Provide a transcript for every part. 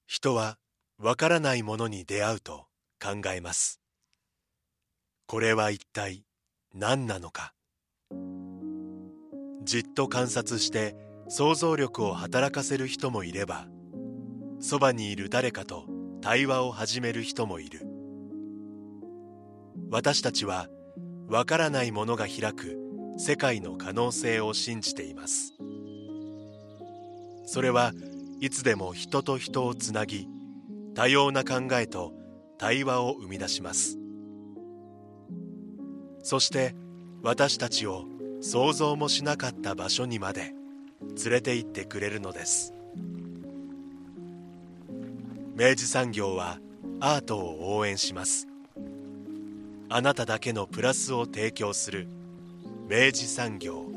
人はわからないものに出会うと考えます。これは一体何なのか。じっと観察して想像力を働かせる人もいれば、そばにいる誰かと対話を始める人もいる。私たちはわからないものが開く世界の可能性を信じています。それはいつでも人と人をつなぎ、多様な考えと対話を生み出します。そして私たちを想像もしなかった場所にまで連れて行ってくれるのです。明治産業はアートを応援します。あなただけのプラスを提供する明治産業。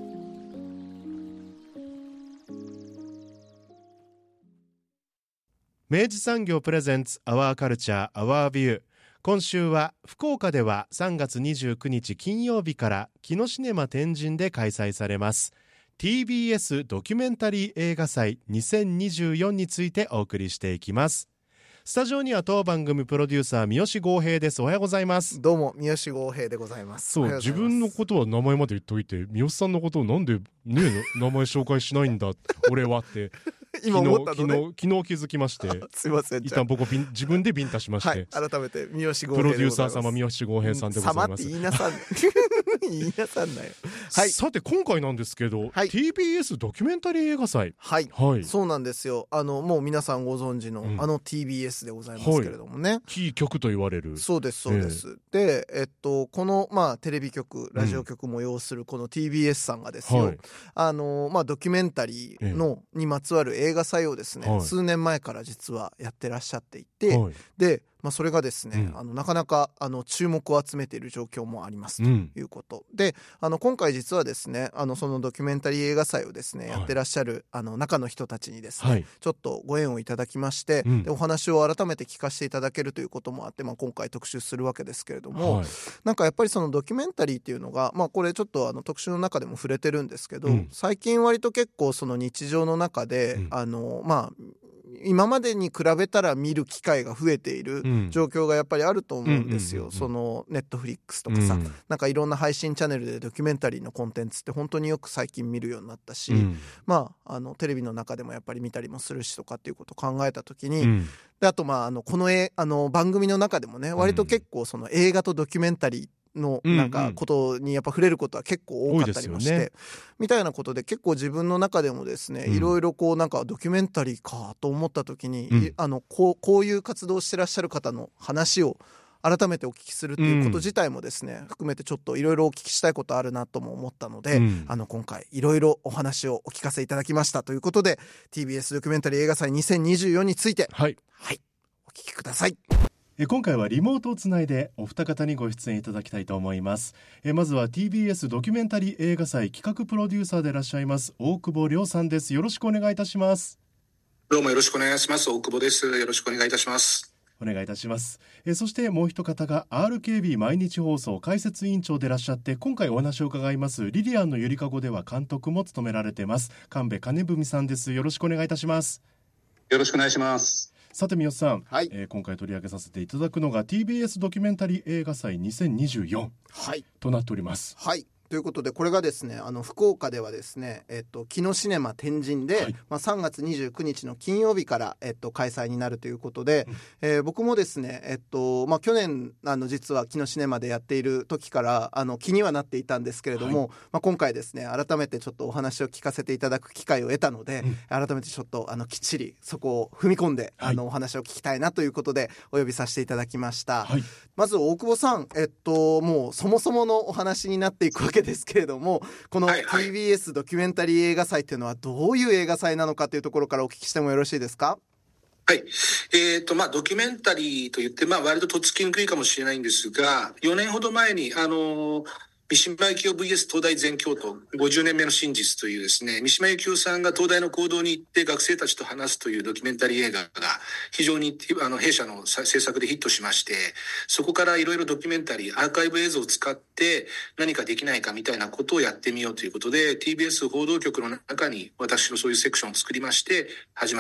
明治産業プレゼンツアワーカルチャーアワービュー。今週は福岡では3月29日金曜日からキノシネマ天神で開催されます TBS ドキュメンタリー映画祭2024についてお送りしていきます。スタジオには当番組プロデューサー三好剛平です。おはようございます。 どうも三好剛平でございます。 そう、自分のことは名前まで言っといて、三好さんのことをなんでね名前紹介しないんだ俺はって今思ったのね。 昨日気づきまして、 すいません。 一旦僕自分でビンタしまして、 はい、改めて三好剛平でございます。 プロデューサー様三好剛平さんでございます。 様って言いなさん言いなさんなよ。 はい、さて今回なんですけど、はい、TBS ドキュメンタリー映画祭、 はい、はい、そうなんですよ。もう皆さんご存知の、TBS でございますけれどもね、 キー局と言われる。 そうですそうです、で、この、テレビ局ラジオ局も要するこの TBS さんがですよ、ドキュメンタリーの、にまつわる映画祭をですね、数年前から実はやってらっしゃっていて、でそれがですね、なかなか注目を集めている状況もありますということ、で今回実はですねそのドキュメンタリー映画祭をですね、やってらっしゃる中の人たちにですね、ちょっとご縁をいただきまして、でお話を改めて聞かせていただけるということもあって、今回特集するわけですけれども、なんかやっぱりそのドキュメンタリーっていうのが、これちょっと特集の中でも触れてるんですけど、最近割と結構その日常の中で、今までに比べたら見る機会が増えている状況がやっぱりあると思うんですよ。そのネットフリックスとかさ、なんかいろんな配信チャンネルでドキュメンタリーのコンテンツって本当によく最近見るようになったし、テレビの中でもやっぱり見たりもするしとかっていうことを考えた時に、であとこの番組の中でもね、割と結構その映画とドキュメンタリーのなんかことにやっぱ触れることは結構多かったりもして、みたいなことで結構自分の中でもですね、いろいろこうなんかドキュメンタリーかと思った時に、こういう活動をしてらっしゃる方の話を改めてお聞きするっていうこと自体もですね、含めてちょっといろいろお聞きしたいことあるなとも思ったので、今回いろいろお話をお聞かせいただきましたということで、 TBS ドキュメンタリー映画祭2024について、はい、お聞きください。 今回はリモートをつないでお二方にご出演いただきたいと思います。まずは TBS ドキュメンタリー映画祭企画プロデューサーでいらっしゃいます大久保亮さんです。よろしくお願いいたします。 どうもよろしくお願いします。大久保です。よろしくお願いいたします。 お願いいたします。そしてもう一方が RKB 毎日放送解説委員長でいらっしゃって、今回お話を伺いますリリアンのゆりかごでは監督も務められています神戸金文さんです。よろしくお願いいたします。 よろしくお願いします。 さて三好さん、今回取り上げさせていただくのが TBS ドキュメンタリー映画祭2024、となっております。 ということで、これがですね福岡ではですね、キノシネマ天神で、3月29日の金曜日から、開催になるということで、僕もですね、去年実はキノシネマでやっている時から気にはなっていたんですけれども、今回ですね改めてちょっとお話を聞かせていただく機会を得たので、改めてちょっときっちりそこを踏み込んで、お話を聞きたいなということでお呼びさせていただきました。まず大久保さん、もうそもそものお話になっていくわけですけれども、この TBS ドキュメンタリー映画祭っていうのはどういう映画祭なのかというところからお聞きしてもよろしいですか？ はい。ドキュメンタリーと言って、割ととっつきにくいかもしれないんですが、4年ほど前に、三島由紀夫 VS 東大全教徒50年目の真実というですね、三島由紀夫さんが東大の講堂に行って学生たちと話すというドキュメンタリー映画が非常に弊社の制作でヒットしまして、そこからいろいろドキュメンタリーアーカイブ映像を使って何かできないかみたいなことをやってみようということで、 TBS 報道局の中に私のそういうセクションを作りまして始まりました。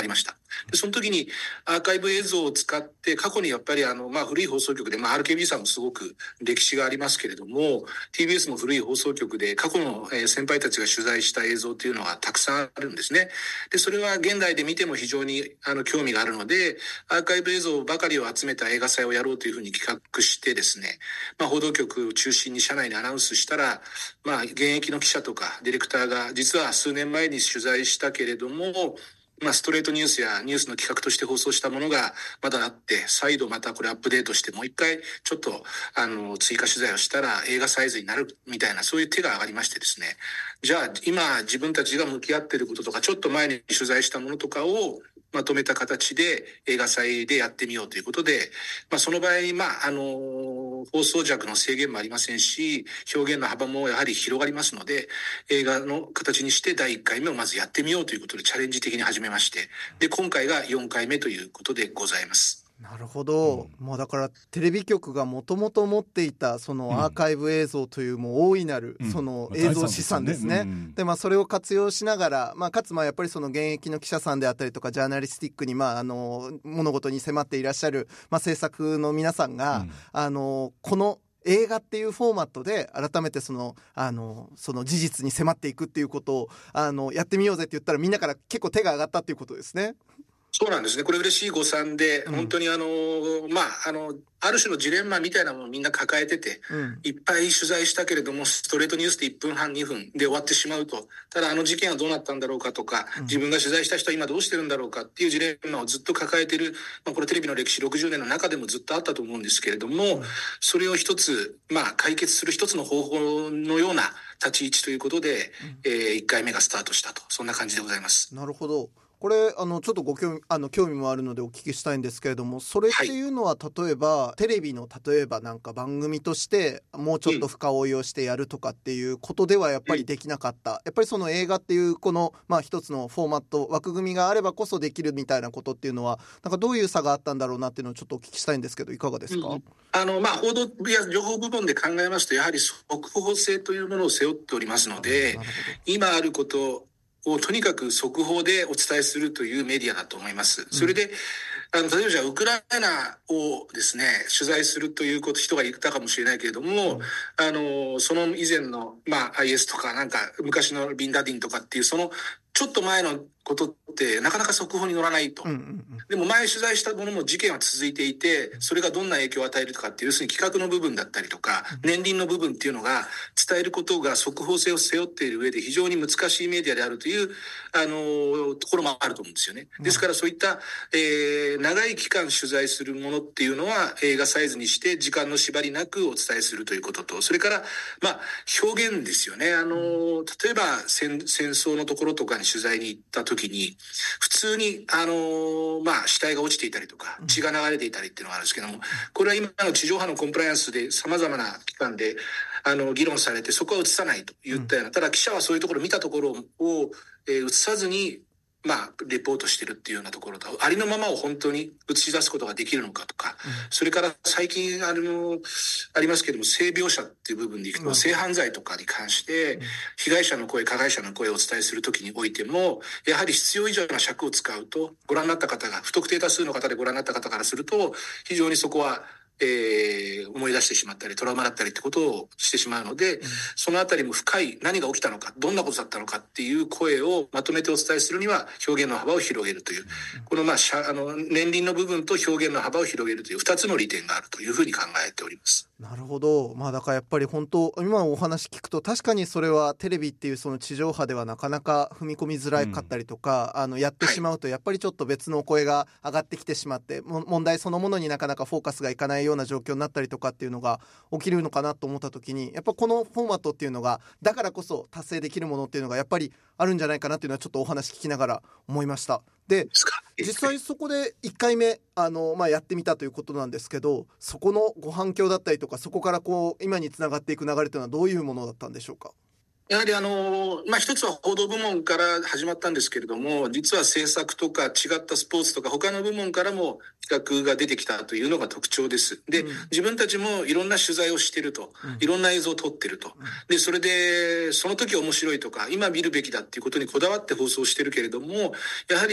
でその時にアーカイブ映像を使って過去にやっぱり古い放送局で、RKB さんもすごく歴史がありますけれども、 TBS も古い放送局で過去の先輩たちが取材した映像というのがたくさんあるんですね。でそれは現代で見ても非常に興味があるので、アーカイブ映像ばかりを集めた映画祭をやろうというふうに企画してですね、報道局を中心に社内にアナウンスしたら、現役の記者とかディレクターが実は数年前に取材したけれども、ストレートニュースやニュースの企画として放送したものがまだあって、再度またこれアップデートしてもう一回ちょっと追加取材をしたら映画サイズになるみたいな、そういう手が上がりましてですね、じゃあ今自分たちが向き合っていることとか、ちょっと前に取材したものとかをまとめた形で映画祭でやってみようということで、その場合放送尺の制限もありませんし、表現の幅もやはり広がりますので、映画の形にして第1回目をまずやってみようということでチャレンジ的に始めまして、で今回が4回目ということでございます。 なるほど、だからテレビ局がもともと持っていたそのアーカイブ映像というもう大いなるその映像資産ですね。でそれを活用しながら、かつやっぱりその現役の記者さんであったりとかジャーナリスティックに物事に迫っていらっしゃる制作の皆さんが、この映画っていうフォーマットで改めてその事実に迫っていくっていうことをやってみようぜって言ったらみんなから結構手が上がったっていうことですね。 そうなんですね。これ嬉しい誤算で、本当にある種のジレンマみたいなものをみんな抱えてて、いっぱい取材したけれどもストレートニュースで1分半2分で終わってしまうと、ただ事件はどうなったんだろうかとか、自分が取材した人は今どうしてるんだろうかっていうジレンマをずっと抱えてる、これテレビの歴史60年の中でもずっとあったと思うんですけれども、それを一つ解決する一つの方法のような立ち位置ということで、1回目がスタートしたと、そんな感じでございます。 なるほど。これちょっと興味もあるのでお聞きしたいんですけれども、それっていうのは例えば、テレビのなんか番組としてもうちょっと深追いをしてやるとかっていうことではやっぱりできなかった、やっぱりその映画っていうこの一つのフォーマット枠組みがあればこそできるみたいなことっていうのはなんかどういう差があったんだろうなっていうのをちょっとお聞きしたいんですけど、いかがですか？ 報道や情報部門で考えますと、やはり速報性というものを背負っておりますので、今あることをとにかく速報でお伝えするというメディアだと思います。それで例えばじゃあウクライナをですね取材するという人がいたかもしれないけれども、その以前のIS とかなんか昔のビンラディンとかっていうそのちょっと前のことってなかなか速報に乗らないと、でも前取材したものも事件は続いていて、それがどんな影響を与えるとかっていう、要するに企画の部分だったりとか年輪の部分っていうのが伝えることが速報性を背負っている上で非常に難しいメディアであるというところもあると思うんですよね。ですからそういった長い期間取材するものっていうのは映画サイズにして時間の縛りなくお伝えするということと、それから表現ですよね。例えば戦争のところとかに取材に行った時に普通に死体が落ちていたりとか血が流れていたりっていうのがあるんですけども、これは今の地上波のコンプライアンスで様々な機関で議論されて、そこは映さないと言ったような、ただ記者はそういうところ見たところを映さずにレポートしてるっていうようなところと、ありのままを本当に映し出すことができるのかとか、それから最近ありますけども、性描写っていう部分でいくと、性犯罪とかに関して被害者の声加害者の声をお伝えするときにおいても、やはり必要以上な尺を使うと、ご覧になった方が不特定多数の方でご覧になった方からすると非常にそこは思い出してしまったりトラウマだったりってことをしてしまうので、そのあたりも深い何が起きたのか、どんなことだったのかっていう声をまとめてお伝えするには表現の幅を広げるという、この年輪の部分と表現の幅を広げるという2つの利点があるというふうに考えております。 なるほど。だからやっぱり本当今お話聞くと確かにそれはテレビっていうその地上波ではなかなか踏み込みづらかったりとか、やってしまうとやっぱりちょっと別の声が上がってきてしまって、問題そのものになかなかフォーカスがいかないような状況になったりとかっていうのが起きるのかなと思った時に、やっぱこのフォーマットっていうのがだからこそ達成できるものっていうのがやっぱりあるんじゃないかなっていうのはちょっとお話聞きながら思いました。で実際そこで1回目やってみたということなんですけど、そこのご反響だったりとか、そこから今につながっていく流れというのはどういうものだったんでしょうか？ やはり一つは報道部門から始まったんですけれども、実は制作とか違ったスポーツとか他の部門からも企画が出てきたというのが特徴です。で、自分たちもいろんな取材をしてると、いろんな映像を撮ってると。で、それでその時面白いとか今見るべきだっていうことにこだわって放送してるけれども、やはり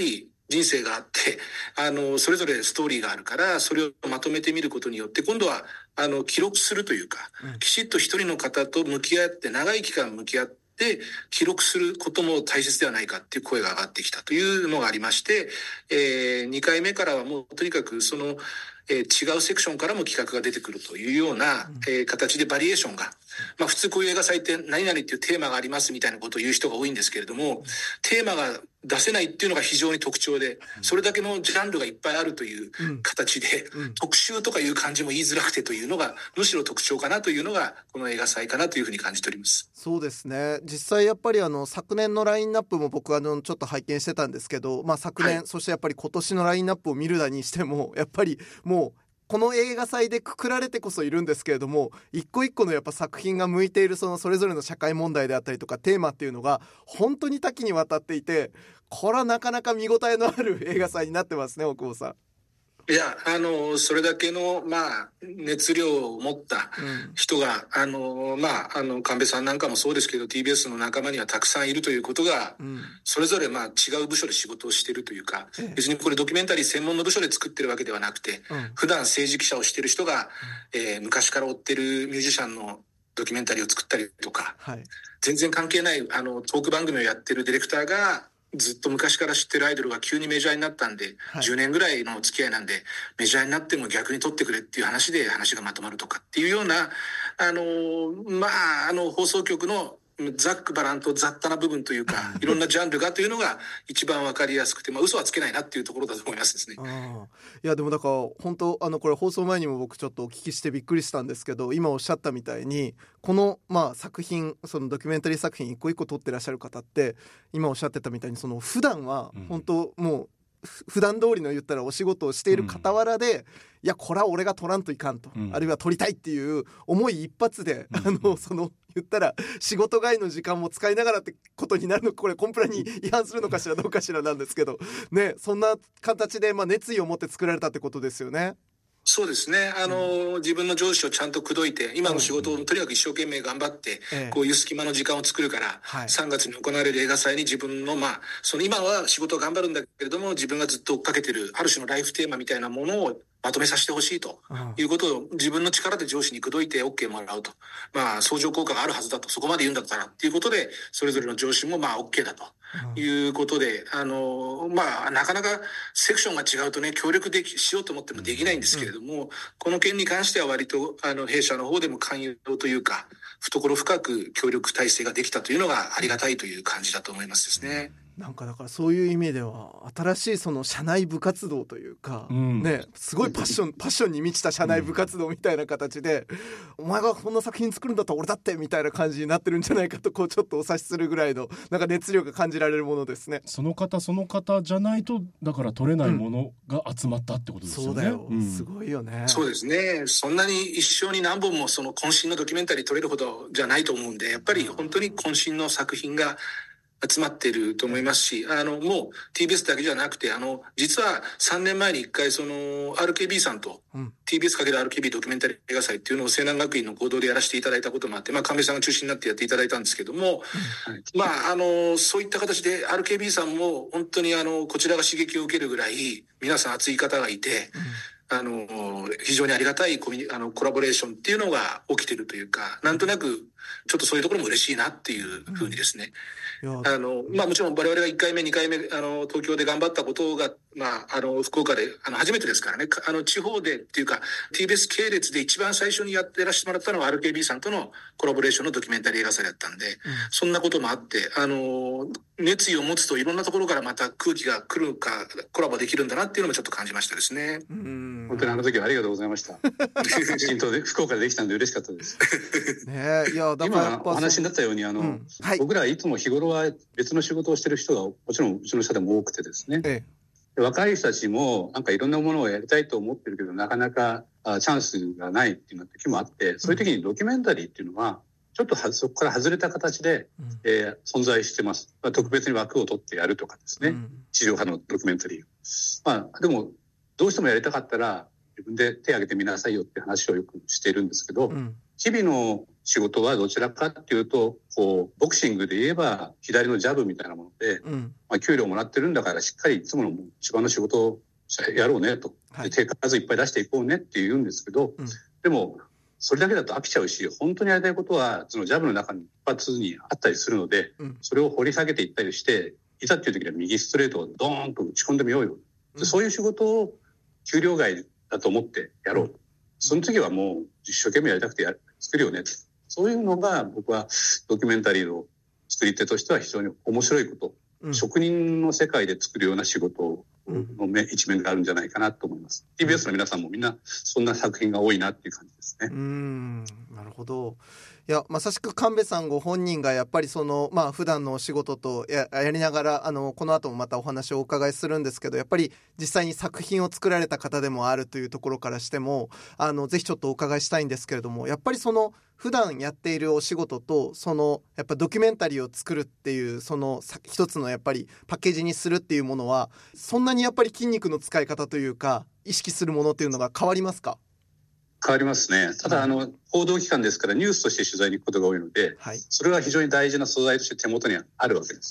人生があって、それぞれストーリーがあるから、それをまとめてみることによって、今度は、記録するというか、きちっと一人の方と向き合って、長い期間向き合って、記録することも大切ではないかっていう声が上がってきたというのがありまして、2回目からはもうとにかく違うセクションからも企画が出てくるというような、形でバリエーションが、普通こういう映画祭って何々っていうテーマがありますみたいなことを言う人が多いんですけれども、テーマが出せないっていうのが非常に特徴で、それだけのジャンルがいっぱいあるという形で、特集とかいう感じも言いづらくてというのがむしろ特徴かなというのがこの映画祭かなというふうに感じております。 そうですね。実際やっぱり昨年のラインナップも僕はちょっと拝見してたんですけど、昨年、そしてやっぱり今年のラインナップを見るだにしてもやっぱりもうこの映画祭でくくられてこそいるんですけれども、一個一個のやっぱ作品が向いているそれぞれの社会問題であったりとかテーマっていうのが本当に多岐にわたっていて、これはなかなか見応えのある映画祭になってますね、大久保さん。 いや、それだけの、熱量を持った人が、神戸さんなんかもそうですけど、TBS の仲間にはたくさんいるということが、それぞれ違う部署で仕事をしているというか、別にこれドキュメンタリー専門の部署で作ってるわけではなくて、普段政治記者をしている人が、昔から追ってるミュージシャンのドキュメンタリーを作ったりとか、全然関係ない、トーク番組をやってるディレクターが、ずっと昔から知ってるアイドルが急にメジャーになったんで、10年ぐらいの付き合いなんで、メジャーになっても逆に撮ってくれっていう話で話がまとまるとかっていうような、放送局のざっくばらんと雑多な部分というか、いろんなジャンルがというのが一番わかりやすくて、嘘はつけないなっていうところだと思いますですね。 いやでもだから本当これ放送前にも僕ちょっとお聞きしてびっくりしたんですけど、今おっしゃったみたいにこの作品、そのドキュメンタリー作品一個一個撮ってらっしゃる方って今おっしゃってたみたいに普段は本当もう普段通りの言ったらお仕事をしている傍らで、いやこれは俺が撮らんといかんと、あるいは撮りたいっていう思い一発で、言ったら仕事外の時間も使いながらってことになるのか、これコンプラに違反するのかしらどうかしらなんですけどね、そんな形で熱意を持って作られたってことですよね。 そうですね。自分の上司をちゃんと口説いて、今の仕事をとにかく一生懸命頑張って、こういう隙間の時間を作るから、3月に行われる映画祭に自分の、今は仕事を頑張るんだけれども、自分がずっと追っかけてる、ある種のライフテーマみたいなものをまとめさせてほしいということを自分の力で上司に口説いて OK もらうと。相乗効果があるはずだと。そこまで言うんだったらっていうことで、それぞれの上司もOK だということで、なかなかセクションが違うとね、協力しようと思ってもできないんですけれども、この件に関しては割と、弊社の方でも寛容というか、懐深く協力体制ができたというのがありがたいという感じだと思いますですね。 なんかだからそういう意味では新しい社内部活動というか、すごいパッションに満ちた社内部活動みたいな形で、お前がこんな作品作るんだったら俺だってみたいな感じになってるんじゃないかとちょっとお察しするぐらいのなんか熱量が感じられるものですね。 その方じゃないとだから取れないものが集まったってことですよね。 そうだよ、すごいよね。 そうですね。そんなに一生に何本も渾身のドキュメンタリー撮れるほどじゃないと思うんで、やっぱり本当に渾身の作品が集まっていると思いますし、もう TBS だけじゃなくて、実は3年前に一回RKB さんと、TBS×RKB ドキュメンタリー映画祭っていうのを西南学院の合同でやらせていただいたこともあって、神戸さんが中心になってやっていただいたんですけども、そういった形で RKB さんも本当にこちらが刺激を受けるぐらい皆さん熱い方がいて、非常にありがたいコラボレーションっていうのが起きてるというか、なんとなくちょっとそういうところも嬉しいなっていうふうにですね、もちろん我々が1回目2回目東京で頑張ったことが、福岡で初めてですからね、地方でっていうか TBS 系列で一番最初にやらせてもらったのは RKB さんとのコラボレーションのドキュメンタリー映画祭だったんで、そんなこともあって熱意を持つといろんなところからまた空気が来るかコラボできるんだなっていうのもちょっと感じましたですね。 本当に時はありがとうございました浸透で福岡でできたんで嬉しかったですね。いやだから今お話になったように僕らいつも日頃は別の仕事をしてる人がもちろんうちの社でも多くてですね、若い人たちもなんかいろんなものをやりたいと思ってるけどなかなかチャンスがないっていう時もあって、そういう時にドキュメンタリーっていうのはちょっとそこから外れた形で、存在してます。特別に枠を取ってやるとかですね、地上波のドキュメンタリー。でもどうしてもやりたかったら自分で手を挙げてみなさいよって話をよくしているんですけど、 日々の仕事はどちらかっていうと、こうボクシングで言えば左のジャブみたいなもので、給料もらってるんだからしっかりいつもの一番の仕事をやろうねと、手数いっぱい出していこうねって言うんですけど、でもそれだけだと飽きちゃうし、本当にやりたいことはそのジャブの中に一発にあったりするので、それを掘り下げていったりして、いざっていう時には右ストレートをドーンと打ち込んでみようよ、そういう仕事を給料外だと思ってやろう、その時はもう一生懸命やりたくて作るよね、そういうのが僕はドキュメンタリーの作り手としては非常に面白いこと、職人の世界で作るような仕事の一面があるんじゃないかなと思います。TBS の皆さんもみんなそんな作品が多いなっていう感じですね。 なるほど。いや、まさしく神戸さんご本人がやっぱりその普段のお仕事と やりながらこの後もまたお話をお伺いするんですけど、やっぱり実際に作品を作られた方でもあるというところからしてもぜひちょっとお伺いしたいんですけれども、やっぱりその普段やっているお仕事とそのやっぱドキュメンタリーを作るっていうその一つのやっぱりパッケージにするっていうものはそんなにやっぱり筋肉の使い方というか意識するものっていうのが変わりますか？ 変わりますね。ただ報道機関ですからニュースとして取材に行くことが多いので、それは非常に大事な素材として手元にあるわけです、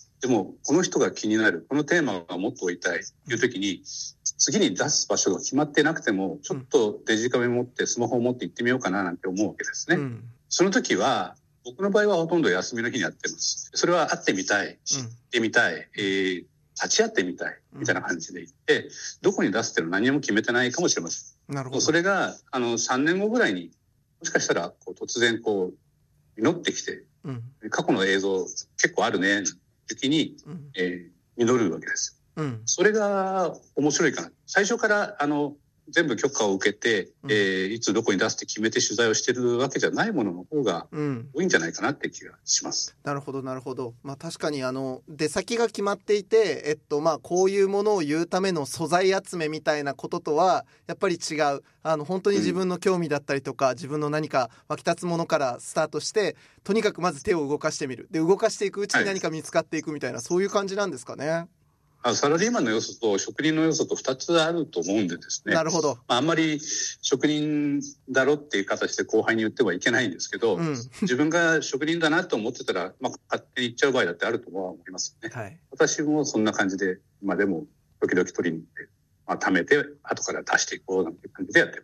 でもこの人が気になる、このテーマがもっと追いたいという時に、次に出す場所が決まってなくてもちょっとデジカメ持ってスマホを持って行ってみようかななんて思うわけですね、その時は僕の場合はほとんど休みの日にやってます。それは会ってみたい、知ってみたい、立ち会ってみたいみたいな感じで行って、どこに出すっていうのは何も決めてないかもしれません。なるほど。それが3年後ぐらいにもしかしたら突然実ってきて、過去の映像結構あるね時に、実るわけです、それが面白いかな。最初から全部許可を受けて、いつどこに出すって決めて取材をしてるわけじゃないものの方が多いんじゃないかなって気がします、 なるほどなるほど。確かに出先が決まっていて、こういうものを言うための素材集めみたいなこととはやっぱり違う、本当に自分の興味だったりとか、自分の何か湧き立つものからスタートして、とにかくまず手を動かしてみる、で動かしていくうちに何か見つかっていくみたいな、そういう感じなんですかね。 サラリーマンの要素と職人の要素と2つあると思うんでですね。 なるほど。 あんまり職人だろっていう形で後輩に言ってはいけないんですけど、自分が職人だなと思ってたら、勝手に言っちゃう場合だってあるとは思いますよね、私もそんな感じで今でも時々取りに行って、貯めて後から出していこうなんていう感じでやっています、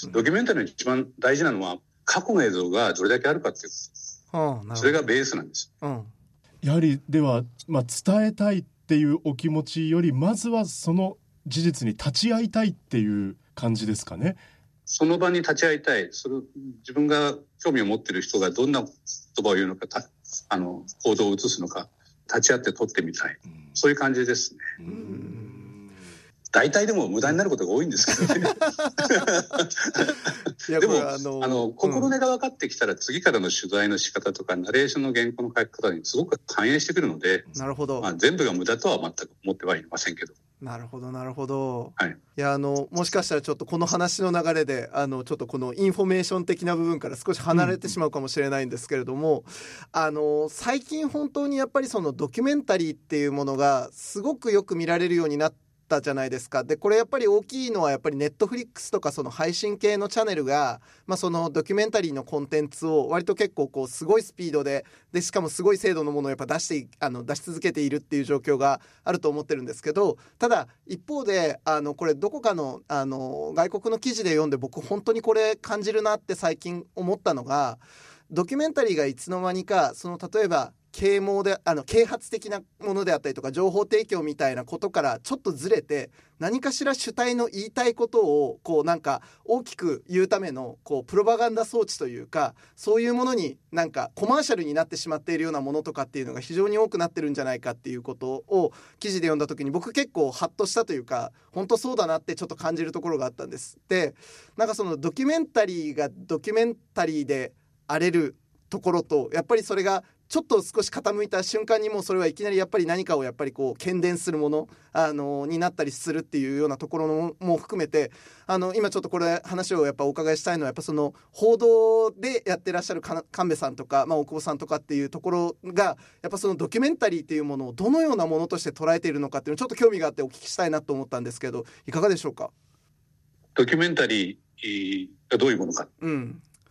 ドキュメンタリーの一番大事なのは過去の映像がどれだけあるかっていうこと、それがベースなんです、 やはりでは、伝えたいっていうお気持ちより、まずはその事実に立ち会いたいっていう感じですかね。 その場に立ち会いたい、自分が興味を持っている人がどんな言葉を言うのか、行動を移すのか、立ち会って撮ってみたい、そういう感じですね。大体でも無駄になることが多いんですけどねでも心根が分かってきたら、次からの取材の仕方とかナレーションの原稿の書き方にすごく反映してくるので、 なるほど、 全部が無駄とは全く思ってはいませんけど。 なるほどなるほど、いやもしかしたらちょっとこの話の流れでちょっとこのインフォメーション的な部分から少し離れてしまうかもしれないんですけれども、最近本当にやっぱりそのドキュメンタリーっていうものがすごくよく見られるようになったじゃないですか。でこれやっぱり大きいのはやっぱりネットフリックスとかその配信系のチャンネルが、そのドキュメンタリーのコンテンツを割と結構すごいスピードでしかもすごい精度のものをやっぱ出し続けているっていう状況があると思ってるんですけど、ただ一方でこれどこかの外国の記事で読んで僕本当にこれ感じるなって最近思ったのが、ドキュメンタリーがいつの間にか例えば啓発的なものであったりとか情報提供みたいなことからちょっとずれて、何かしら主体の言いたいことをなんか大きく言うためのプロパガンダ装置というか、そういうものになんかコマーシャルになってしまっているようなものとかっていうのが非常に多くなってるんじゃないかっていうことを記事で読んだ時に僕結構ハッとしたというか、本当そうだなってちょっと感じるところがあったんです。でなんかそのドキュメンタリーがドキュメンタリーであれるところと、やっぱりそれがちょっと少し傾いた瞬間にもうそれはいきなりやっぱり何かをやっぱり喧伝するもの、になったりするっていうようなところも含めて今ちょっとこれ話をやっぱお伺いしたいのは、やっぱその報道でやってらっしゃる神戸さんとか、大久保さんとかっていうところがやっぱそのドキュメンタリーっていうものをどのようなものとして捉えているのかっていうのをちょっと興味があってお聞きしたいなと思ったんですけど、いかがでしょうか。 ドキュメンタリーがどういうものか、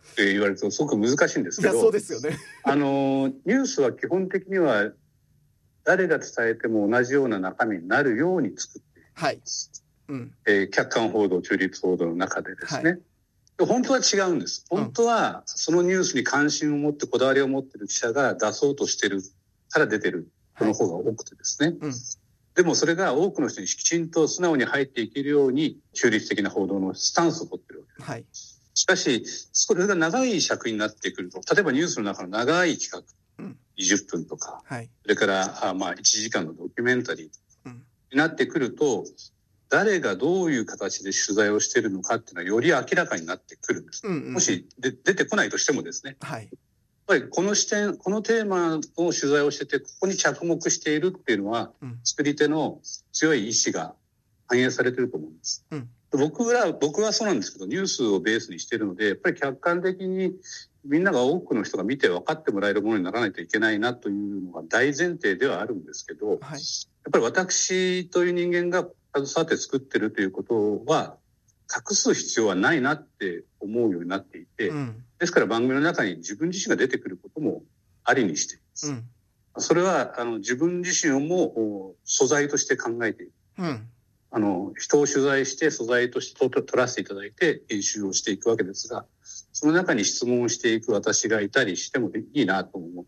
って言われるとすごく難しいんですけど、 いやそうですよねニュースは基本的には誰が伝えても同じような中身になるように作っている、 はい客観報道、中立報道の中でですね、本当は違うんです。本当はそのニュースに関心を持ってこだわりを持っている記者が出そうとしてるから出てるこの方が多くてですね、でもそれが多くの人にきちんと素直に入っていけるように中立的な報道のスタンスを取ってるわけです。しかしそれが長い尺になってくると、例えばニュースの中の長い企画、20分とか、それから1時間のドキュメンタリーとかになってくると、誰がどういう形で取材をしているのかっていうのはより明らかになってくるんです。もし出てこないとしてもですね、やっぱりこの視点、このテーマの取材をしてて、ここに着目しているっていうのは、作り手の強い意志が反映されていると思うんです。僕はそうなんですけど、ニュースをベースにしているので、やっぱり客観的にみんなが多くの人が見て分かってもらえるものにならないといけないなというのが大前提ではあるんですけど、やっぱり私という人間が携わって作ってるということは隠す必要はないなって思うようになっていて、ですから番組の中に自分自身が出てくることもありにしています。それは自分自身をも素材として考えている。人を取材して素材として取らせていただいて編集をしていくわけですが、その中に質問をしていく私がいたりしてもいいなと思って、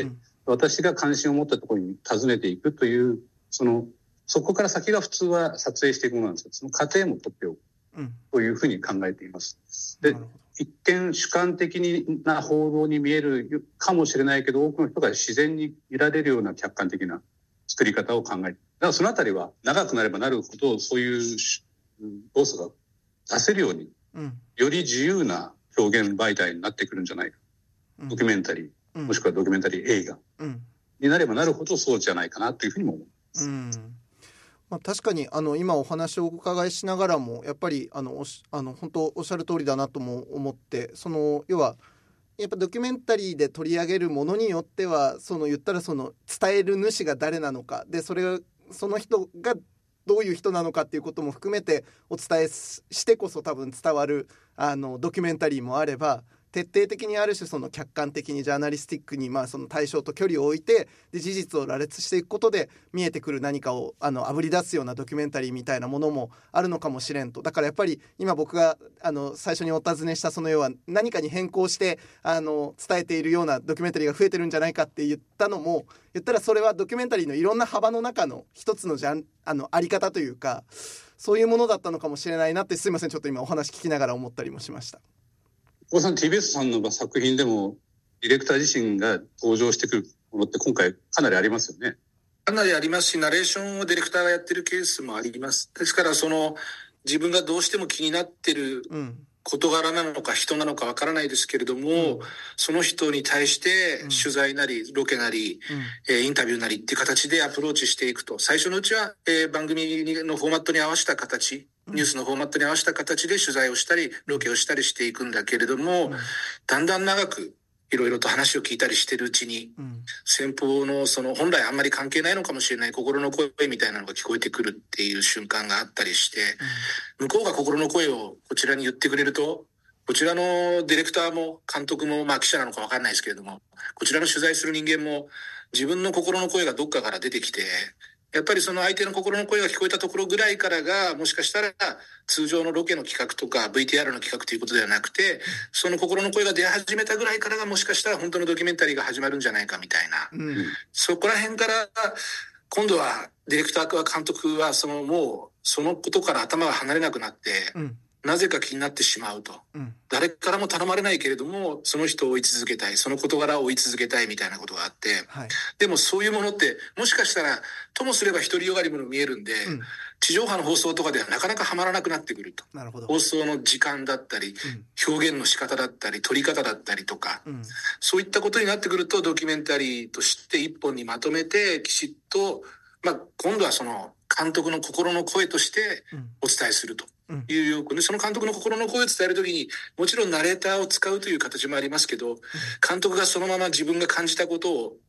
私が関心を持ったところに訪ねていくという、そこから先が普通は撮影していくものなんですけど、その過程も取っておくというふうに考えています。で、一見主観的な報道に見えるかもしれないけど、多くの人が自然に見られるような客観的な作り方を考えて、だからそのあたりは長くなればなるほどそういう要素が出せるように、より自由な表現媒体になってくるんじゃないか。ドキュメンタリー、もしくはドキュメンタリー映画になればなるほどそうじゃないかなというふうにも思います。 確かに今お話をお伺いしながらもやっぱり本当おっしゃる通りだなとも思って、要はやっぱドキュメンタリーで取り上げるものによっては言ったら伝える主が誰なのかで、その人がどういう人なのかっていうことも含めてお伝えしてこそ多分伝わるドキュメンタリーもあれば、徹底的にある種客観的にジャーナリスティックにその対象と距離を置いてで事実を羅列していくことで見えてくる何かをあぶり出すようなドキュメンタリーみたいなものもあるのかもしれんと。だからやっぱり今僕が最初にお尋ねした要は何かに変更して伝えているようなドキュメンタリーが増えてるんじゃないかって言ったのも、言ったらそれはドキュメンタリーのいろんな幅の中の一つのあり方というか、そういうものだったのかもしれないなって、すいませんちょっと今お話聞きながら思ったりもしました。 小さん TBS さんの作品でもディレクター自身が登場してくるものって今回かなりありますよね。 かなりありますし、ナレーションをディレクターがやってるケースもあります。ですから自分がどうしても気になってる事柄なのか人なのかわからないですけれども、その人に対して取材なりロケなり、インタビューなりっていう形でアプローチしていくと、最初のうちは、番組のフォーマットに合わせた形、ニュースのフォーマットに合わせた形で取材をしたりロケをしたりしていくんだけれども、だんだん長くいろいろと話を聞いたりしてるうちに、先方の本来あんまり関係ないのかもしれない心の声みたいなのが聞こえてくるっていう瞬間があったりして、向こうが心の声をこちらに言ってくれると、こちらのディレクターも監督も記者なのか分かんないですけれども、こちらの取材する人間も自分の心の声がどっかから出てきて、やっぱり相手の心の声が聞こえたところぐらいからが、もしかしたら通常のロケの企画とか VTR の企画ということではなくて、その心の声が出始めたぐらいからがもしかしたら本当のドキュメンタリーが始まるんじゃないかみたいな、そこら辺から今度はディレクターか監督はもうそのことから頭が離れなくなって、なぜか気になってしまうと、誰からも頼まれないけれどもその人を追い続けたい、その事柄を追い続けたいみたいなことがあって、でもそういうものってもしかしたらともすれば独りよがりも見えるんで、地上波の放送とかではなかなかはまらなくなってくると。放送の時間だったり、表現の仕方だったり撮り方だったりとか、そういったことになってくるとドキュメンタリーとして一本にまとめてきちっと、今度は監督の心の声としてお伝えするという要項で、その監督の心の声を伝えるときにもちろんナレーターを使うという形もありますけど、監督がそのまま自分が感じたことを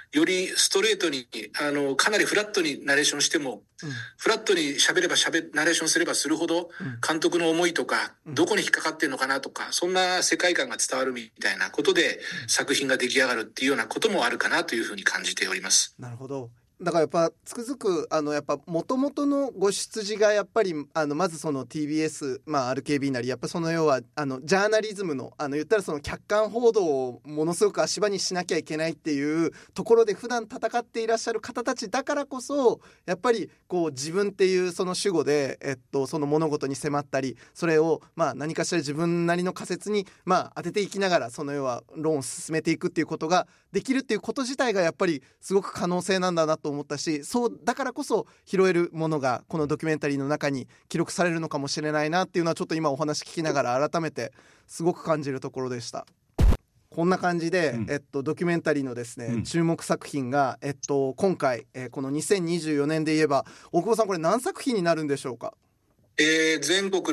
よりストレートに、かなりフラットにナレーションしても、フラットにナレーションすればするほど、監督の思いとか、どこに引っかかってるのかなとか、そんな世界観が伝わるみたいなことで、作品が出来上がるっていうようなこともあるかなというふうに感じております。 なるほど。だからやっぱつくづくやっぱ元々のご出自がやっぱりまずその TBS、RKB なりやっぱその要はジャーナリズムの言ったらその客観報道をものすごく足場にしなきゃいけないっていうところで普段戦っていらっしゃる方たちだからこそやっぱりこう自分っていうその主語でその物事に迫ったりそれを何かしら自分なりの仮説に当てていきながらその要は論を進めていくっていうことができるっていうこと自体がやっぱりすごく可能性なんだなと思ったし、そうだからこそ拾えるものがこのドキュメンタリーの中に記録されるのかもしれないなっていうのはちょっと今お話聞きながら改めてすごく感じるところでした。こんな感じで、ドキュメンタリーのですね、注目作品が、今回、この2024年で言えば大久保さんこれ何作品になるんでしょうか？ 全国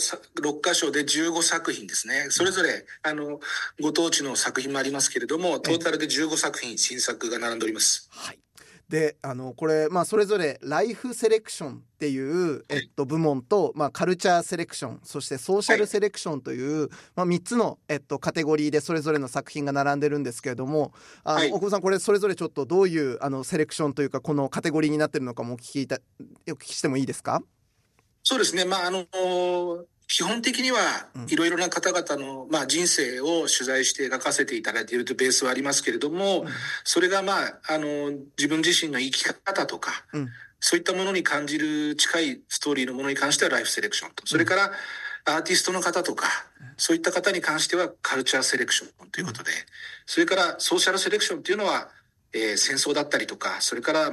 6カ所で15作品ですね。それぞれご当地の作品もありますけれども、トータルで15作品新作が並んでおります。 はい。でこれそれぞれライフセレクションっていう、部門と、カルチャーセレクションそしてソーシャルセレクションという、3つの、カテゴリーでそれぞれの作品が並んでるんですけれども大久保さんこれそれぞれちょっとどういうセレクションというかこのカテゴリーになってるのかもお聞きしてもいいですか？ そうですね。基本的にはいろいろな方々の、人生を取材して描かせていただいているというベースはありますけれども、それが自分自身の生き方とか、そういったものに感じる近いストーリーのものに関してはライフセレクションと、それからアーティストの方とか、そういった方に関してはカルチャーセレクションということで、それからソーシャルセレクションというのは、戦争だったりとか、それから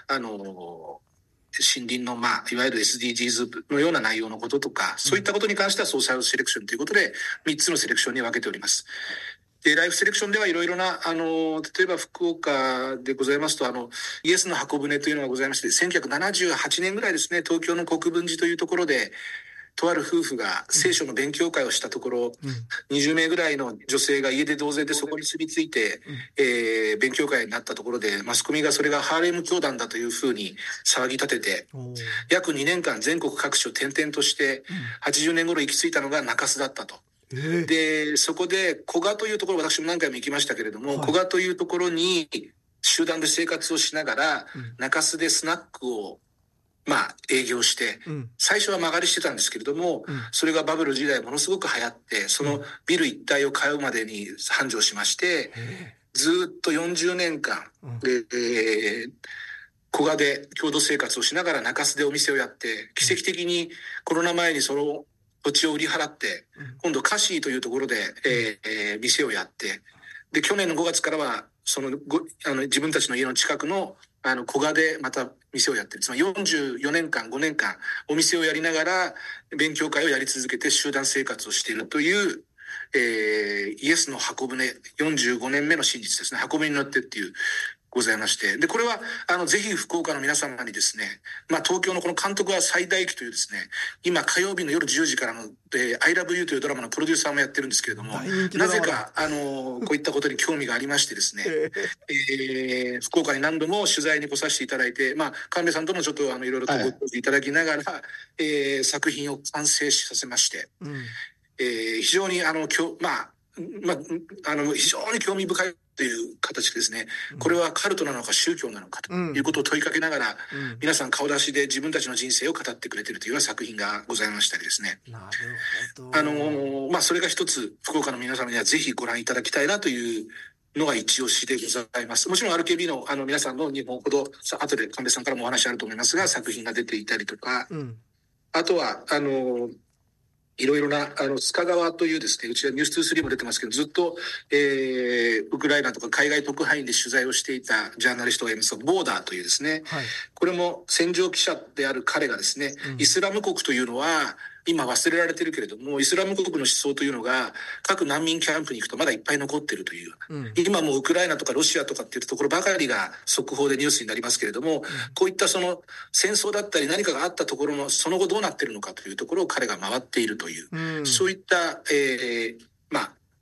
森林のいわゆる SDGs のような内容のこととか、そういったことに関してはソーシャルセレクションということで3つのセレクションに分けております。でライフセレクションではいろいろな例えば福岡でございますとイエスの箱舟というのがございまして、1978年ぐらいですね、東京の国分寺というところでとある夫婦が聖書の勉強会をしたところ、20名ぐらいの女性が家で同然でそこに住み着いて、勉強会になったところでマスコミがそれがハーレム教団だというふうに騒ぎ立てて、約2年間全国各地を転々として、80年頃行き着いたのが中洲だったと。でそこで古賀というところ、私も何回も行きましたけれども、古賀というところに集団で生活をしながら、中洲でスナックを営業して、最初は間借りしてたんですけれども、それがバブル時代ものすごく流行って、そのビル一帯を買うまでに繁盛しまして、ずっと40年間で、古賀で共同生活をしながら中洲でお店をやって、奇跡的にコロナ前にその土地を売り払って、今度カシーというところで、店をやって、で去年の5月からは自分たちの家の近くの古賀でまた店をやってる。つまり44年間5年間お店をやりながら勉強会をやり続けて集団生活をしているという、イエスの箱舟45年目の真実ですね。箱舟に乗ってっていうございまして、でこれはぜひ福岡の皆様にですね、東京のこの監督は最大機というですね、今火曜日の夜10時からのI Love You というドラマのプロデューサーもやってるんですけれども、なぜかこういったことに興味がありましてですね、福岡に何度も取材に来させていただいて、神戸さんともちょっといろいろとご協力いただきながら、作品を完成させまして、非常に非常に興味深いという形でですね、これはカルトなのか宗教なのかということを問いかけながら、皆さん顔出しで自分たちの人生を語ってくれているというような作品がございましたりですね。 なるほど。 それが一つ福岡の皆様にはぜひご覧いただきたいなというのが一押しでございます。もちろん RKB の皆さんの2本ほど後で神戸さんからもお話あると思いますが、作品が出ていたりとか、あとはいろいろな須賀川というですね、うちはニュース2-3も出てますけど、ずっと、ウクライナとか海外特派員で取材をしていたジャーナリストがいますが、ボーダーというですね、これも戦場記者である彼がですね、イスラム国というのは今忘れられてるけれども、イスラム国の思想というのが各難民キャンプに行くとまだいっぱい残っているというような、今もうウクライナとかロシアとかっていうところばかりが速報でニュースになりますけれども、こういったその戦争だったり何かがあったところのその後どうなっているのかというところを彼が回っているという、そういった、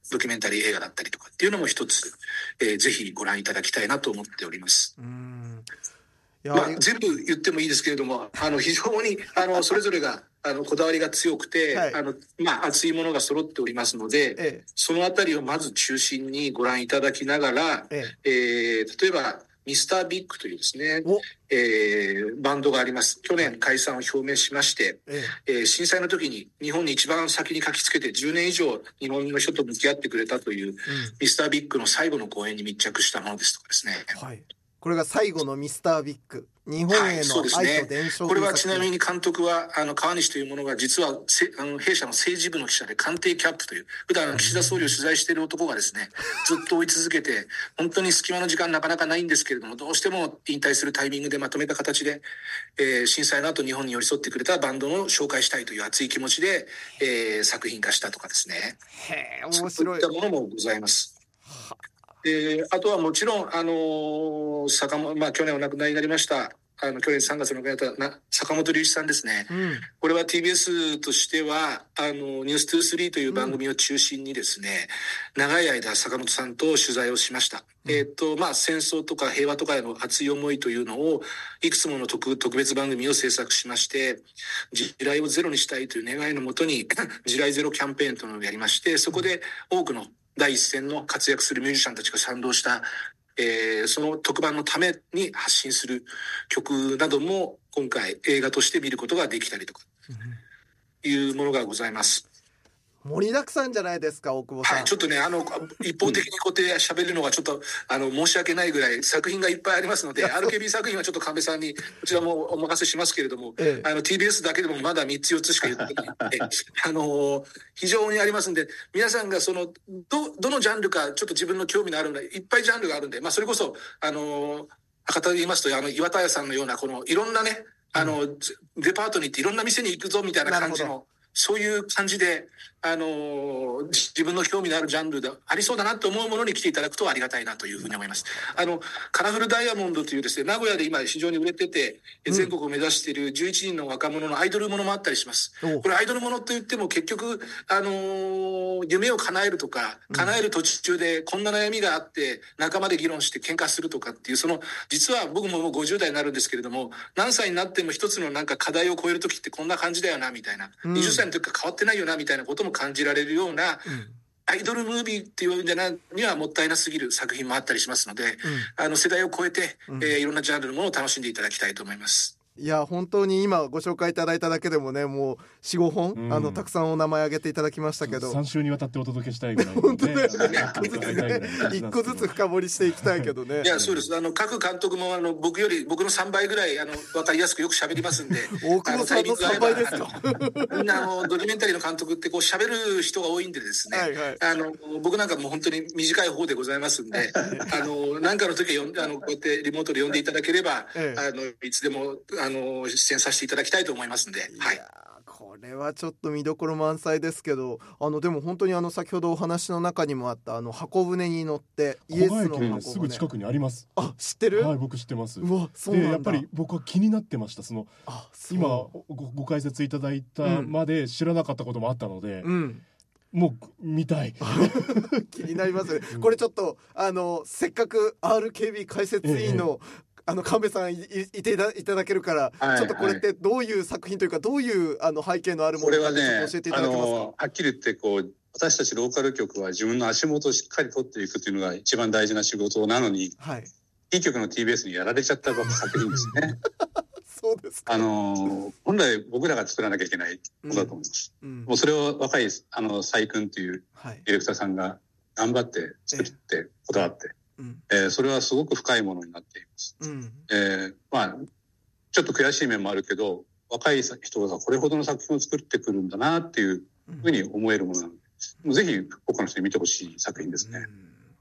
ドキュメンタリー映画だったりとかっていうのも一つ、ぜひご覧いただきたいなと思っております。全部言ってもいいですけれども、非常にそれぞれがこだわりが強くて、はい、熱いものが揃っておりますので、そのあたりをまず中心にご覧いただきながら、例えばミスタービッグというですね、バンドがあります。去年解散を表明しまして、震災の時に日本に一番先に駆けつけて10年以上日本の人と向き合ってくれたという、ミスタービッグの最後の公演に密着したものですとかですね。 はい、これが最後のミスタービッグ。日本への愛と伝承、 これはちなみに監督は川西というものが実は弊社の政治部の記者で官邸キャップという普段岸田総理を取材している男がですね、ずっと追い続けて本当に隙間の時間なかなかないんですけれども、どうしても引退するタイミングでまとめた形で、震災の後日本に寄り添ってくれたバンドの紹介したいという熱い気持ちで、作品化したとかですね。 面白い。 そういったものもございます。あとはもちろん、去年お亡くなりになりました、去年3月の亡くなった坂本龍一さんですね。これは TBS としては、ニュース2-3という番組を中心にですね、長い間坂本さんと取材をしました。戦争とか平和とかへの熱い思いというのを、いくつもの特別番組を制作しまして、地雷をゼロにしたいという願いのもとに、地雷ゼロキャンペーンというのをやりまして、そこで多くの第一線の活躍するミュージシャンたちが賛同した、その特番のために発信する曲なども今回映画として見ることができたりとかいうものがございます。 盛りだくさんじゃないですか、大久保さん。 はい、ちょっとね、一方的にこうやって喋るのがちょっと、申し訳ないぐらい作品がいっぱいありますので、RKB 作品はちょっと神戸さんに、こちらもお任せしますけれども、TBS だけでもまだ3つ4つしか言ってないので、非常にありますんで、皆さんがどのジャンルか、ちょっと自分の興味のあるのいっぱいジャンルがあるんで、それこそ、博多で言いますと、岩田屋さんのような、いろんなね、デパートに行っていろんな店に行くぞみたいな感じの、そういう感じで、自分の興味のあるジャンルでありそうだなと思うものに来ていただくとありがたいなというふうに思います。カラフルダイヤモンドというですね、名古屋で今非常に売れてて、全国を目指している11人の若者のアイドルものもあったりします。これアイドルものといっても結局、夢を叶えるとか、叶える途中でこんな悩みがあって、仲間で議論して喧嘩するとかっていう、実は僕ももう50代になるんですけれども、何歳になっても一つのなんか課題を超えるときってこんな感じだよな、みたいな。20歳の時から変わってないよな、みたいなことも感じられるような、アイドルムービーっていうんじゃないにはもったいなすぎる作品もあったりしますので、世代を超えて、いろんなジャンルのものを楽しんでいただきたいと思います。 いや本当に今ご紹介いただいただけでもね、もう 4,5 本、たくさんお名前挙げていただきましたけど、 3週にわたってお届けしたいぐらいの、ね、 本当だよね。1個ずつ深掘りしていきたいけどね。 いやそうです。各監督も僕の3倍ぐらい分かりやすくよく喋りますんで、 大久保さんの3倍ですか。 みんなドキュメンタリーの監督ってこう喋る人が多いんでですね、僕なんかもう本当に短い方でございますんで、何かの時はこうやってリモートで呼んでいただければ、いつでも出演させていただきたいと思いますんで、はい。 これはちょっと見どころ満載ですけど、でも本当に先ほどお話の中にもあった箱舟に乗ってイエスの箱舟すぐ近くにあります。 あ、知ってる？ はい、僕知ってます。 うわ、そうなんだ。 でやっぱり僕は気になってました。今ご解説いただいたまで知らなかったこともあったので、もう見たい。 気になりますね。これちょっとせっかく RKB 解説委員の神戸さんいていただけるから、ちょっとこれってどういう作品というか、どういう背景のあるものか教えていただけますか？ はっきり言って私たちローカル局は自分の足元をしっかり取っていくというのが一番大事な仕事なのに、いい局の TBS にやられちゃった作品ですね。 そうですか。 本来僕らが作らなきゃいけないことだと思います。もうそれを若い斉君というディレクターさんが頑張って作ってこだわって、それはすごく深いものになっています。ちょっと悔しい面もあるけど、若い人がこれほどの作品を作ってくるんだなっていうふうに思えるものなので、ぜひ他の人に見てほしい作品ですね。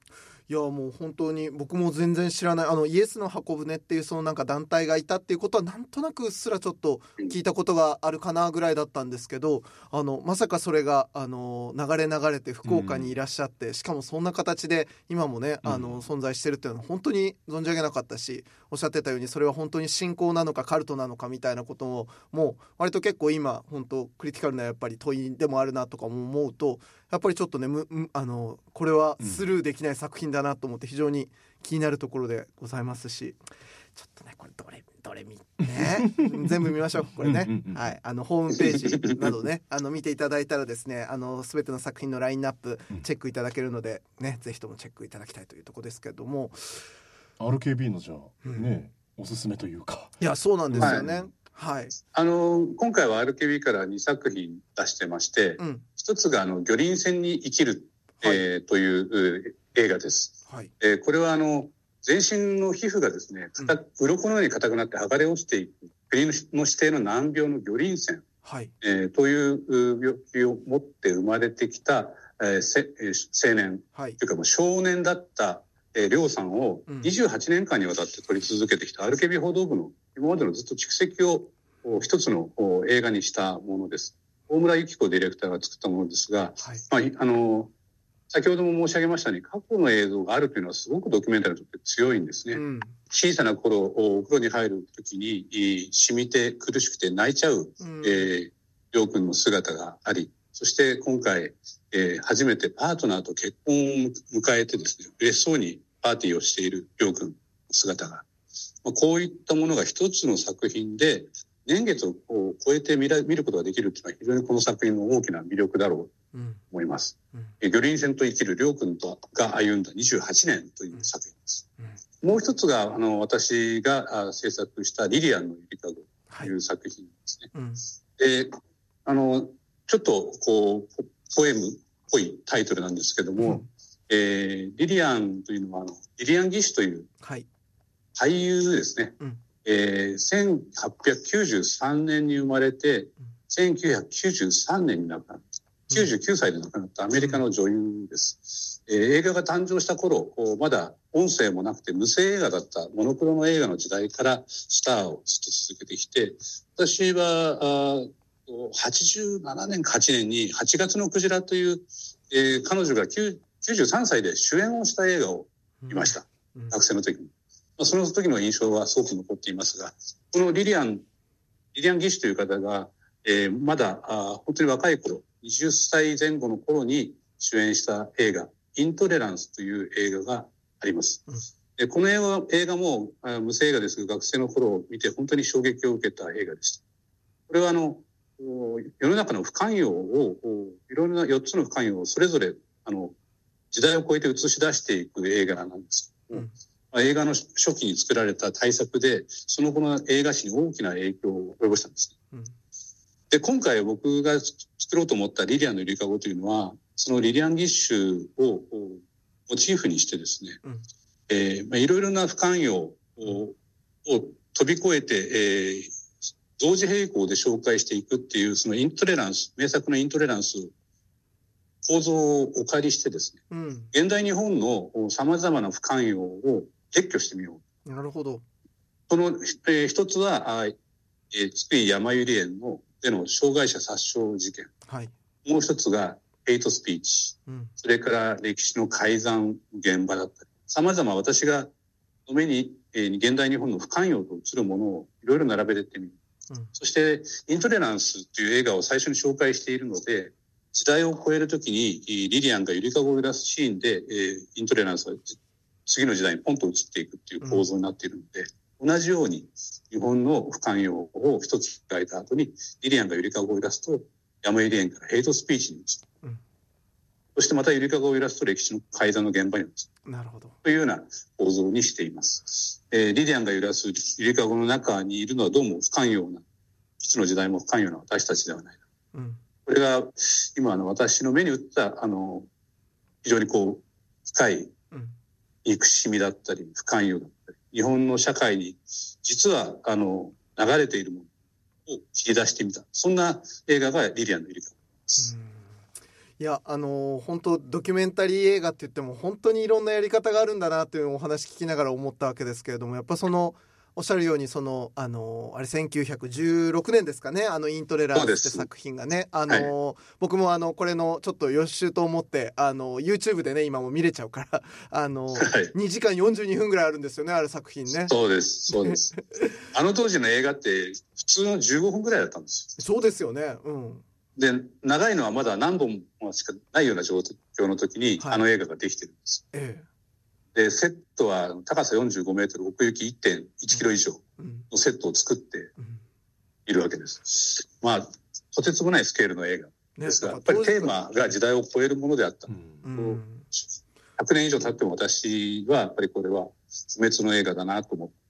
いやもう本当に僕も全然知らないイエスの箱舟っていうそのなんか団体がいたっていうことはなんとなくうっすらちょっと聞いたことがあるかなぐらいだったんですけど、まさかそれが流れて福岡にいらっしゃって、しかもそんな形で今もね存在してるっていうのは本当に存じ上げなかったし、おっしゃってたようにそれは本当に信仰なのかカルトなのかみたいなことももう割と結構今本当クリティカルなやっぱり問いでもあるなとかも思うと、やっぱりちょっとねこれはスルーできない作品だなと思って非常に気になるところでございますし、ちょっとねこれどれね全部見ましょうこれねはい、ホームページなどね見ていただいたらですね全ての作品のラインナップチェックいただけるのでね、ぜひともチェックいただきたいというところですけれども、 RKB のじゃあね、おすすめというか。 いやそうなんですよね。はい、 今回は RKB から2作品出してまして、一つが魚鱗線に生きる、という映画です。はい、これは全身の皮膚がですね鱗のように硬くなって剥がれ落ちていく国の指定の難病の魚鱗線、という病気を持って生まれてきた、青年、というかもう少年だった亮さんを28年間にわたって撮り続けてきた RKB 報道部の今までのずっと蓄積を一つの映画にしたものです。大村由紀子ディレクターが作ったものですが、先ほども申し上げましたように過去の映像があるというのはすごくドキュメンタリーにとって強いんですね。小さな頃お風呂に入る時に染みて苦しくて泣いちゃう亮君の姿があり、そして今回、初めてパートナーと結婚を迎えてですね嬉しそうにパーティーをしている亮君の姿が、こういったものが一つの作品で年月を超えて見ることができるというのは非常にこの作品の大きな魅力だろうと思います。魚鱗線と生きる亮君が歩んだ28年という作品です。もう一つが私が制作したリリアンのゆりかごという作品ですね。でちょっとポエムっぽいタイトルなんですけども、リリアンというのはリリアン・ギシュという俳優ですね。1893年に生まれて1993年に亡くなった99歳で亡くなったアメリカの女優です。映画が誕生した頃まだ音声もなくて無声映画だったモノクロの映画の時代からスターをずっと続けてきて、私は87年か8年に8月のクジラという、彼女が93歳で主演をした映画を見ました。学生の時に。その時の印象はすごく残っていますが、このリリアン・ギシュという方が、まだ本当に若い頃、20歳前後の頃に主演した映画、イントレランスという映画があります。この映画も無声映画ですが、学生の頃を見て本当に衝撃を受けた映画でした。これは世の中の不寛容をいろいろな4つの不寛容をそれぞれ時代を超えて映し出していく映画なんです。映画の初期に作られた大作でその後の映画史に大きな影響を及ぼしたんです。で今回僕が作ろうと思ったリリアンのゆりかごというのはそのリリアン・ギッシュをモチーフにしてですね、いろいろな不寛容を飛び越えて、同時並行で紹介していくっていうそのイントレランス、名作のイントレランス構造をお借りしてですね、現代日本の様々な不寛容を撤去してみよう。なるほど。 その、一つは津久井やまゆり園での障害者殺傷事件、もう一つがヘイトスピーチ、それから歴史の改ざん現場だったり、様々私が目に、現代日本の不寛容と映るものをいろいろ並べていってみる。そしてイントレランスという映画を最初に紹介しているので、時代を超えるときにリリアンがゆりかごを揺らすシーンでイントレランスが次の時代にポンと移っていくっていう構造になっているので、同じように日本の不寛容を一つ描いた後にリリアンがゆりかごを揺らすとやまゆり園からヘイトスピーチに移る。そしてまたゆりかごを揺らすと歴史の改ざんの現場に移る。 なるほど。 というような構造にしています。リリアンが揺らすゆりかごの中にいるのはどうも不寛容な、いつの時代も不寛容な私たちではない。これが今私の目に映った非常に深い憎しみだったり不寛容だったり日本の社会に実は流れているものを切り出してみた、そんな映画がリリアンのゆりかごです。 いや本当ドキュメンタリー映画って言っても本当にいろんなやり方があるんだなというお話聞きながら思ったわけですけれども、やっぱおっしゃるようにあれ1916年ですかね、イントレランスって作品がね、はい、僕もこれのちょっと予習と思ってYouTube でね今も見れちゃうからはい、2時間42分ぐらいあるんですよね、あれ作品ね。 そうです当時の映画って普通の15分ぐらいだったんですよ。 そうですよね、うん。 で長いのはまだ何本しかないような状況の時に、はい、映画ができてるんです。でセットは高さ45メートル、奥行き 1.1 キロ以上のセットを作っているわけです。まあとてつもないスケールの映画ですが、やっぱりテーマが時代を超えるものであった。100年以上経っても私はやっぱりこれは不滅の映画だなと思って、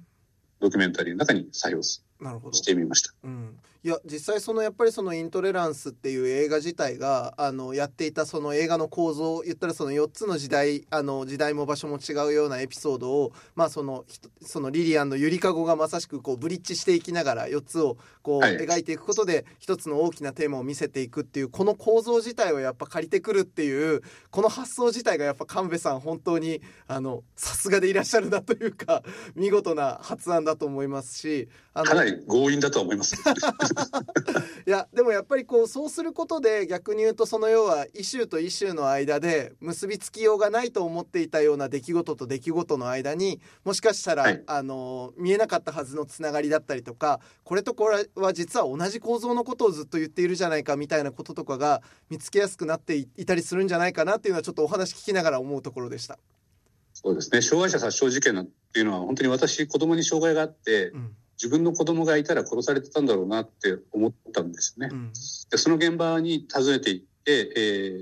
ドキュメンタリーの中に採用してみました。 いや実際やっぱりイントレランスっていう映画自体がやっていた映画の構造を言ったら4つの時代も場所も違うようなエピソードを、そのリリアンのゆりかごがまさしくブリッジしていきながら4つをはい、描いていくことで一つの大きなテーマを見せていくっていうこの構造自体をやっぱ借りてくるっていうこの発想自体がやっぱ神戸さん本当にさすがでいらっしゃるなというか見事な発案だと思いますしかなり強引だと思いますいやでもやっぱりそうすることで逆に言うと要はイシューとイシューの間で結びつきようがないと思っていたような出来事と出来事の間にもしかしたら、はい、見えなかったはずのつながりだったりとかこれとこれは実は同じ構造のことをずっと言っているじゃないかみたいなこととかが見つけやすくなっていたりするんじゃないかなっていうのはちょっとお話聞きながら思うところでした。 そうですね、障害者殺傷事件っていうのは本当に私子供に障害があって、自分の子供がいたら殺されてたんだろうなって思ったんですよね。でその現場に訪ねて行って、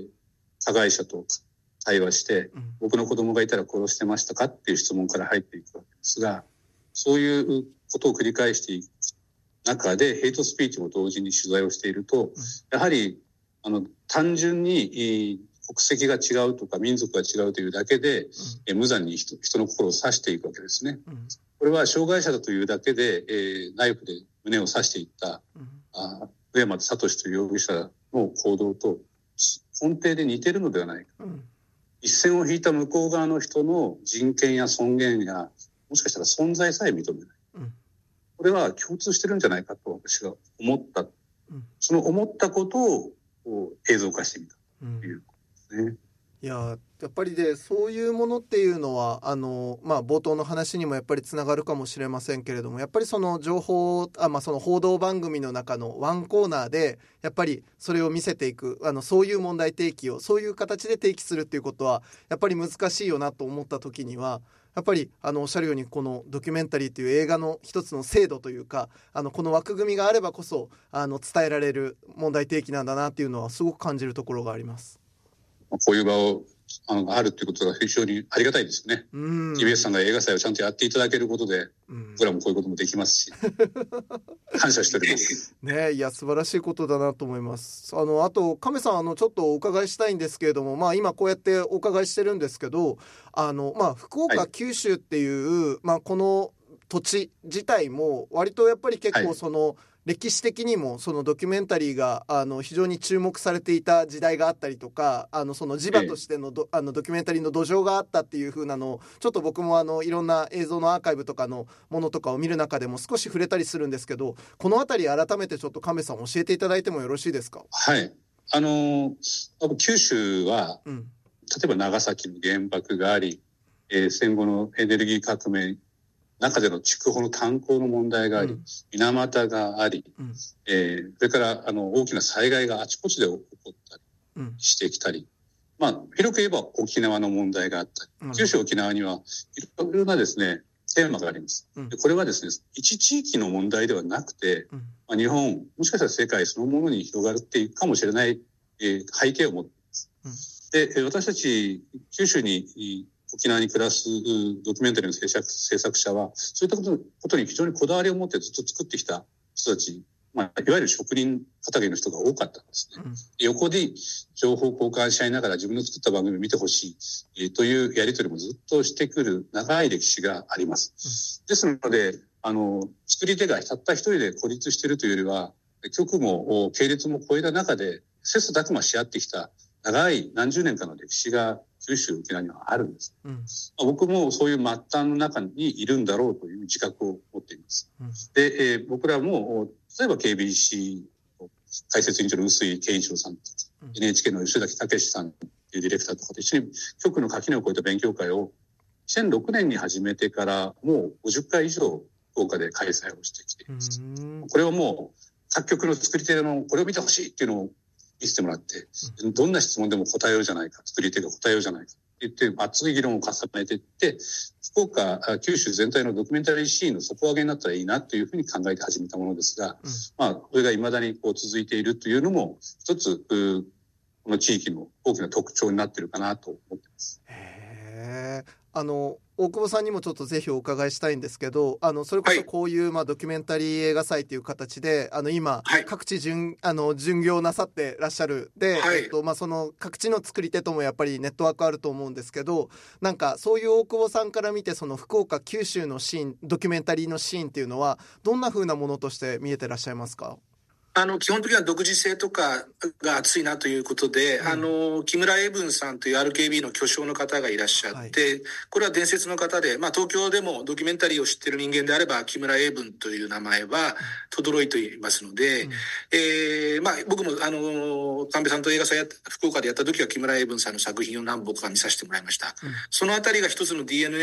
加害者と対話して、僕の子供がいたら殺してましたかっていう質問から入っていくわけですが、そういうことを繰り返していく中でヘイトスピーチも同時に取材をしていると、やはり単純に国籍が違うとか民族が違うというだけで、無残に人の心を刺していくわけですね。これは障害者だというだけで、ナイフで胸を刺していった上松聡という容疑者の行動と根底で似ているのではないか、一線を引いた向こう側の人の人権や尊厳やもしかしたら存在さえ認めない、これは共通してるんじゃないかと私が思った、その思ったことを映像化してみたということですね。 いやっぱりでそういうものっていうのは冒頭の話にもやっぱりつながるかもしれませんけれども、やっぱりその情報その報道番組の中のワンコーナーでやっぱりそれを見せていくそういう問題提起をそういう形で提起するっていうことはやっぱり難しいよなと思った時にはやっぱりおっしゃるようにこのドキュメンタリーという映画の一つの制度というかこの枠組みがあればこそ伝えられる問題提起なんだなっていうのはすごく感じるところがあります。 こういう場をあるということが非常にありがたいですね。TBS さんが映画祭をちゃんとやっていただけることで、僕らもこういうこともできますし感謝しておりますね。いや素晴らしいことだなと思います。あと亀さんちょっとお伺いしたいんですけれども、今こうやってお伺いしてるんですけど福岡、九州っていう、この土地自体も割とやっぱり結構歴史的にもそのドキュメンタリーが非常に注目されていた時代があったりとかその地場としてのドキュメンタリーの土壌があったっていう風なのをちょっと僕もいろんな映像のアーカイブとかのものとかを見る中でも少し触れたりするんですけど、このあたり改めてちょっと亀さん教えていただいてもよろしいですか。 はい、九州は、例えば長崎の原爆があり、戦後のエネルギー革命中での筑豊の炭鉱の問題があり、水俣があり、それから大きな災害があちこちで起こったりしてきたり、広く言えば沖縄の問題があったり、九州沖縄にはいろいろなですねテーマがあります。でこれはですね一地域の問題ではなくて、日本もしかしたら世界そのものに広がっていくかもしれない、背景を持っています。で私たち九州に沖縄に暮らすドキュメンタリーの制作者はそういったことに非常にこだわりを持ってずっと作ってきた人たち、いわゆる職人畑の人が多かったんですね。横で情報交換し合いながら自分の作った番組を見てほしい、というやり取りもずっとしてくる長い歴史があります。ですので作り手がたった一人で孤立しているというよりは局も系列も超えた中で切磋琢磨し合ってきた長い何十年かの歴史が九州沖縄にはあるんです、僕もそういう末端の中にいるんだろうという自覚を持っています、で、僕らも例えば KBC 解説委員長の臼井健一郎さんとか、NHK の吉崎武さんというディレクターとかと一緒に局の垣根を越えた勉強会を2006年に始めてからもう50回以上福岡で開催をしてきています。これはもう各局の作り手のこれを見てほしいっていうのを見せてもらって、どんな質問でも答えようじゃないか、作り手が答えようじゃないかって言って熱い議論を重ねていって、福岡、九州全体のドキュメンタリーシーンの底上げになったらいいなというふうに考えて始めたものですが、それが未だにこう続いているというのも一つこの地域の大きな特徴になっているかなと思っています。 大久保さんにもちょっとぜひお伺いしたいんですけど、それこそこういう、ドキュメンタリー映画祭という形で今、各地巡業なさってらっしゃるで、その各地の作り手ともやっぱりネットワークあると思うんですけど、なんかそういう大久保さんから見てその福岡九州のシーン、ドキュメンタリーのシーンっていうのはどんな風なものとして見えてらっしゃいますか？ 基本的には独自性とかが熱いなということで、木村英文さんという RKB の巨匠の方がいらっしゃって、これは伝説の方で、東京でもドキュメンタリーを知っている人間であれば、木村英文という名前は轟いていますので、僕も神戸さんと映画祭福岡でやった時は木村英文さんの作品を何本か見させてもらいました。そのあたりが一つの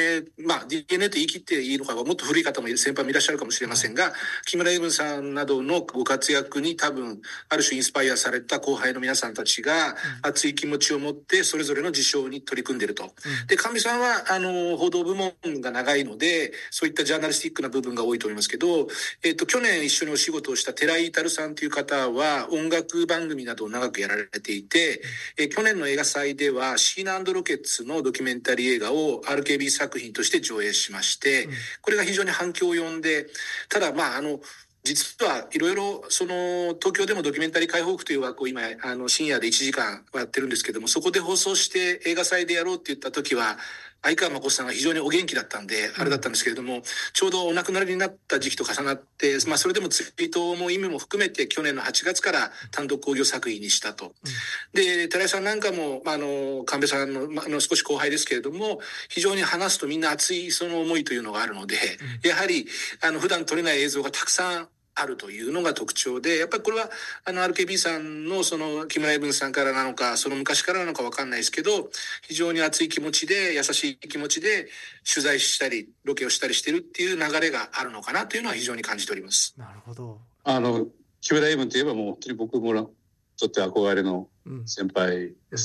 DNA、DNA と言い切っていいのかはもっと古い方も先輩もいらっしゃるかもしれませんが、木村英文さんなどのご活躍に多分ある種インスパイアされた後輩の皆さんたちが熱い気持ちを持ってそれぞれの事象に取り組んでいると。で、神さんは報道部門が長いのでそういったジャーナリスティックな部分が多いと思いますけど、去年一緒にお仕事をした寺井至さんという方は音楽番組などを長くやられていて、去年の映画祭ではシーナ&ロケッツのドキュメンタリー映画を RKB 作品として上映しまして、これが非常に反響を呼んで、ただ実はいろいろ東京でもドキュメンタリー解放区という枠を今深夜で1時間やってるんですけども、そこで放送して映画祭でやろうって言った時は相川誠さんが非常にお元気だったんであれだったんですけれども、ちょうどお亡くなりになった時期と重なって、それでも追悼も意味も含めて去年の8月から単独興行作品にしたと。で、寺井さんなんかも神戸さんの少し後輩ですけれども、非常に話すとみんな熱いその思いというのがあるので、やはり普段撮れない映像がたくさんあるというのが特徴で、やっぱりこれはRKB さんのその木村英文さんからなのかその昔からなのか分かんないですけど、非常に熱い気持ちで優しい気持ちで取材したりロケをしたりしてるっていう流れがあるのかなというのは非常に感じております。 なるほど。 木村英文といえばもう本当に僕もちょっと憧れの先輩です、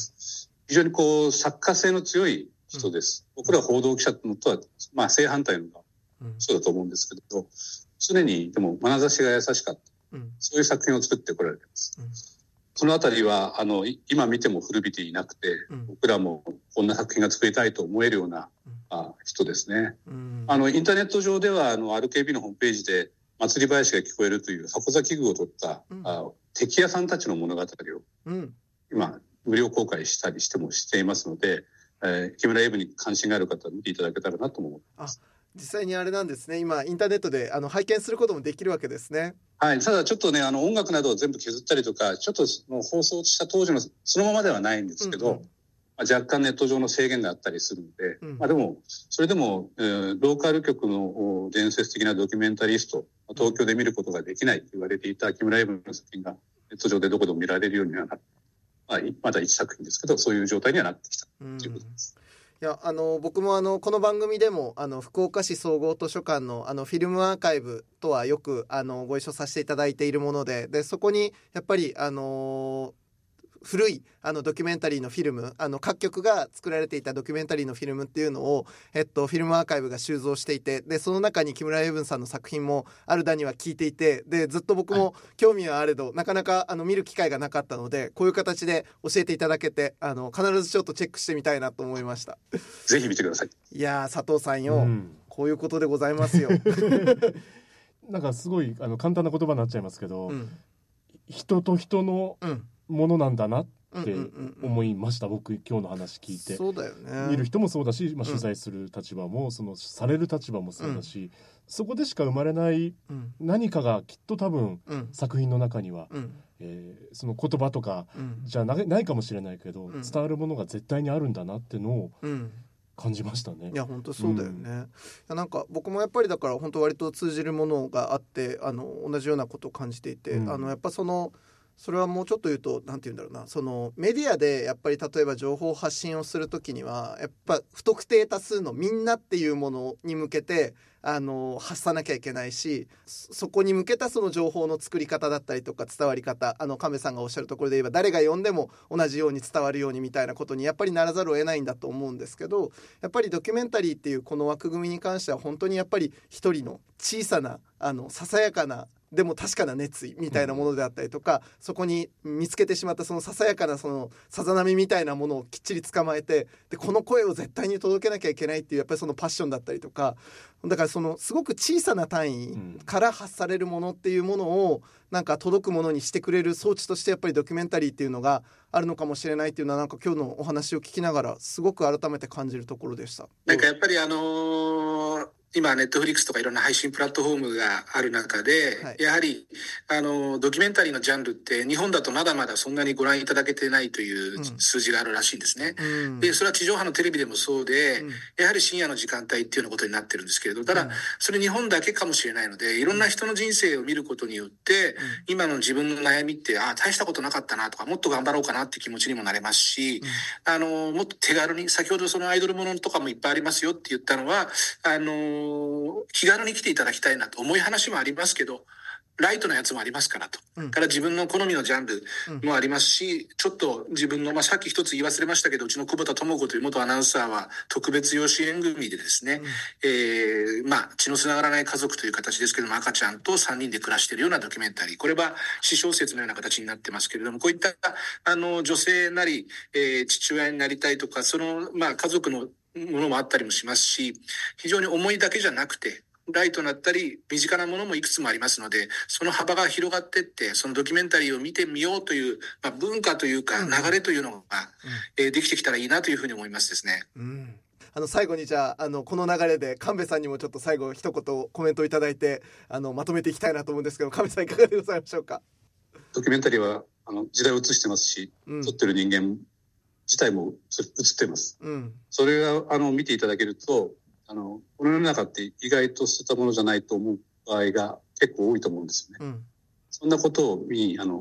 非常に作家性の強い人です、僕ら報道記者とは正反対の人だと思うんですけど、常にでも眼差しが優しかった、そういう作品を作ってこられています、そのあたりは今見ても古びていなくて、僕らもこんな作品が作りたいと思えるような、人ですね、インターネット上ではRKB のホームページで祭り林が聞こえるという箱崎宮を取った、敵屋さんたちの物語を、今無料公開したりしていますので、木村英文に関心がある方は見ていただけたらなと思います。 実際にあれなんですね、今インターネットで拝見することもできるわけですね。 はい、ただちょっとね音楽などを全部削ったりとか、ちょっと放送した当時のそのままではないんですけど、若干ネット上の制限があったりするので、でもそれでも、ローカル局の伝説的なドキュメンタリスト、東京で見ることができないと言われていた木村英文の作品がネット上でどこでも見られるようにはなって、まだ1作品ですけどそういう状態にはなってきたということです。 いや僕もこの番組でも福岡市総合図書館のフィルムアーカイブとはよくご一緒させていただいているもので、そこにやっぱり古いドキュメンタリーのフィルム、各局が作られていたドキュメンタリーのフィルムっていうのを、フィルムアーカイブが収蔵していて、でその中に木村英文さんの作品もあるだには聞いていて、でずっと僕も興味はあれど、なかなか見る機会がなかったので、こういう形で教えていただけて必ずちょっとチェックしてみたいなと思いました。 ぜひ見てください。 いや佐藤さんよ、こういうことでございますよなんかすごい簡単な言葉になっちゃいますけど、人と人のものなんだなって思いました。僕今日の話聞いて、 そうだよね、 見る人もそうだし、取材する立場もされる立場もそうだし、そこでしか生まれない何かがきっと多分、作品の中には、 その言葉とかじゃないかもしれないけど、伝わるものが絶対にあるんだなってのを感じましたね。 いや本当そうだよね、なんか僕もやっぱりだから本当割と通じるものがあって同じようなことを感じていて、やっぱそれはもうちょっと言うとなんて言うんだろうな、そのメディアでやっぱり例えば情報発信をするときにはやっぱ不特定多数のみんなっていうものに向けて発さなきゃいけないし、そこに向けたその情報の作り方だったりとか伝わり方、亀さんがおっしゃるところで言えば誰が読んでも同じように伝わるようにみたいなことにやっぱりならざるを得ないんだと思うんですけど、やっぱりドキュメンタリーっていうこの枠組みに関しては本当にやっぱり一人の小さなささやかなでも確かな熱意みたいなものであったりとか、そこに見つけてしまったそのささやかなそのさざ波みたいなものをきっちり捕まえて、でこの声を絶対に届けなきゃいけないっていうやっぱりそのパッションだったりとか、だからそのすごく小さな単位から発されるものっていうものをなんか届くものにしてくれる装置としてやっぱりドキュメンタリーっていうのがあるのかもしれないっていうのはなんか今日のお話を聞きながらすごく改めて感じるところでした。 なんかやっぱり今ネットフリックスとかいろんな配信プラットフォームがある中で、はい、やはりドキュメンタリーのジャンルって日本だとまだまだそんなにご覧いただけてないという数字があるらしいんですね、でそれは地上波のテレビでもそうで、やはり深夜の時間帯っていうようなことになってるんですけれど、ただそれ日本だけかもしれないので、いろんな人の人生を見ることによって、今の自分の悩みって大したことなかったなとか、もっと頑張ろうかなって気持ちにもなれますし、もっと手軽に、先ほどそのアイドルものとかもいっぱいありますよって言ったのは気軽に来ていただきたいなと、重い話もありますけどライトなやつもありますからと、から自分の好みのジャンルもありますし、ちょっと自分の、さっき一つ言い忘れましたけど、うちの久保田智子という元アナウンサーは特別養子縁組でですね、血のつながらない家族という形ですけども、赤ちゃんと3人で暮らしているようなドキュメンタリー、これは私小説のような形になってますけれども、こういった女性なり、父親になりたいとか、その家族のものもあったりもしますし、非常に重いだけじゃなくてライトになったり身近なものもいくつもありますので、その幅が広がっていって、そのドキュメンタリーを見てみようという、文化というか流れというのが、できてきたらいいなというふうに思いますですね。 最後にじゃあこの流れで神戸さんにもちょっと最後一言コメントをいただいてまとめていきたいなと思うんですけど、神戸さんいかがでございましょうか。 ドキュメンタリーは時代を映してますし、撮ってる人間自体も映ってます、それが見ていただけるとこの世の中って意外と捨てたものじゃないと思う場合が結構多いと思うんですよね、そんなことを見に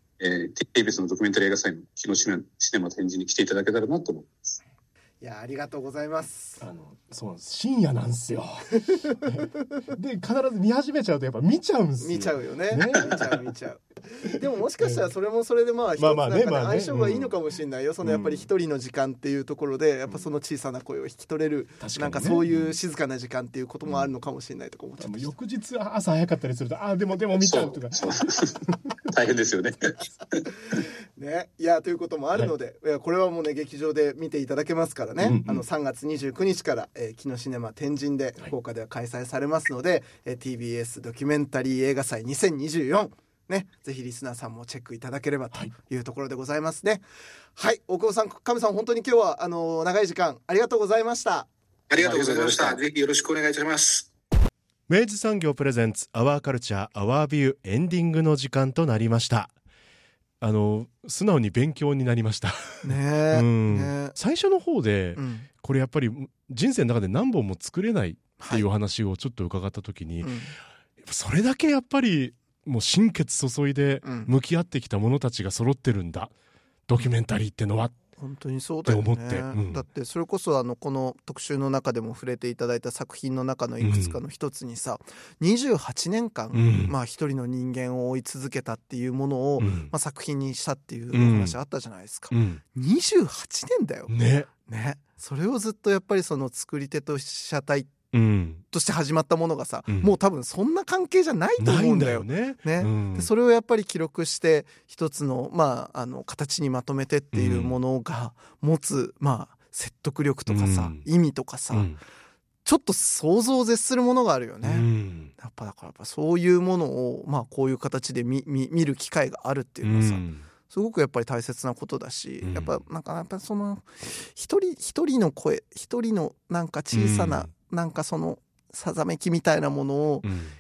TBS のドキュメンタリー映画祭の日野シネマ展示に来ていただけたらなと思います。 いやありがとうございます。 そうなんです、深夜なんですよで必ず見始めちゃうとやっぱ見ちゃうんですよ。 見ちゃうよね見ちゃうでももしかしたらそれもそれで一つなんかね相性がいいのかもしれないよ。そのやっぱり一人の時間っていうところでやっぱその小さな声を引き取れる、なんかそういう静かな時間っていうこともあるのかもしれないとか思っちゃった。 翌日朝早かったりするとでも見ちゃうとか大変ですよねね、いやということもあるので、これはもうね劇場で見ていただけますからね、3月29日から、木野シネマ天神で福岡では開催されますので、TBS ドキュメンタリー映画祭2024ね、ぜひリスナーさんもチェックいただければというところでございますね。はい、大久保さん、亀さん、本当に今日は長い時間ありがとうございました。 ありがとうございました。ぜひよろしくお願いいたします。 明治産業プレゼンツアワーカルチャーアワービュー、エンディングの時間となりました。素直に勉強になりましたね。最初の方で、これやっぱり人生の中で何本も作れないっていうお話をちょっと伺った時に、それだけやっぱりもう心血注いで向き合ってきた者たちが揃ってるんだ、ドキュメンタリーってのは本当にそうだよね、 って思って、 だってそれこそこの特集の中でも触れていただいた作品の中のいくつかの一つにさ、28年間、一人の人間を追い続けたっていうものを、作品にしたっていう話あったじゃないですか、28年だよね。それをずっとやっぱりその作り手と被写体として始まったものがさ、もう多分そんな関係じゃないと思うんだよね。でそれをやっぱり記録して一つの、形にまとめてっていうものが持つ、説得力とかさ、意味とかさ、ちょっと想像を絶するものがあるよね。やっぱだからそういうものを、こういう形で見る機会があるっていうのはさ、すごくやっぱり大切なことだし、やっぱその一人の声、一人のなんか小さな、なんかそのさざめきみたいなものを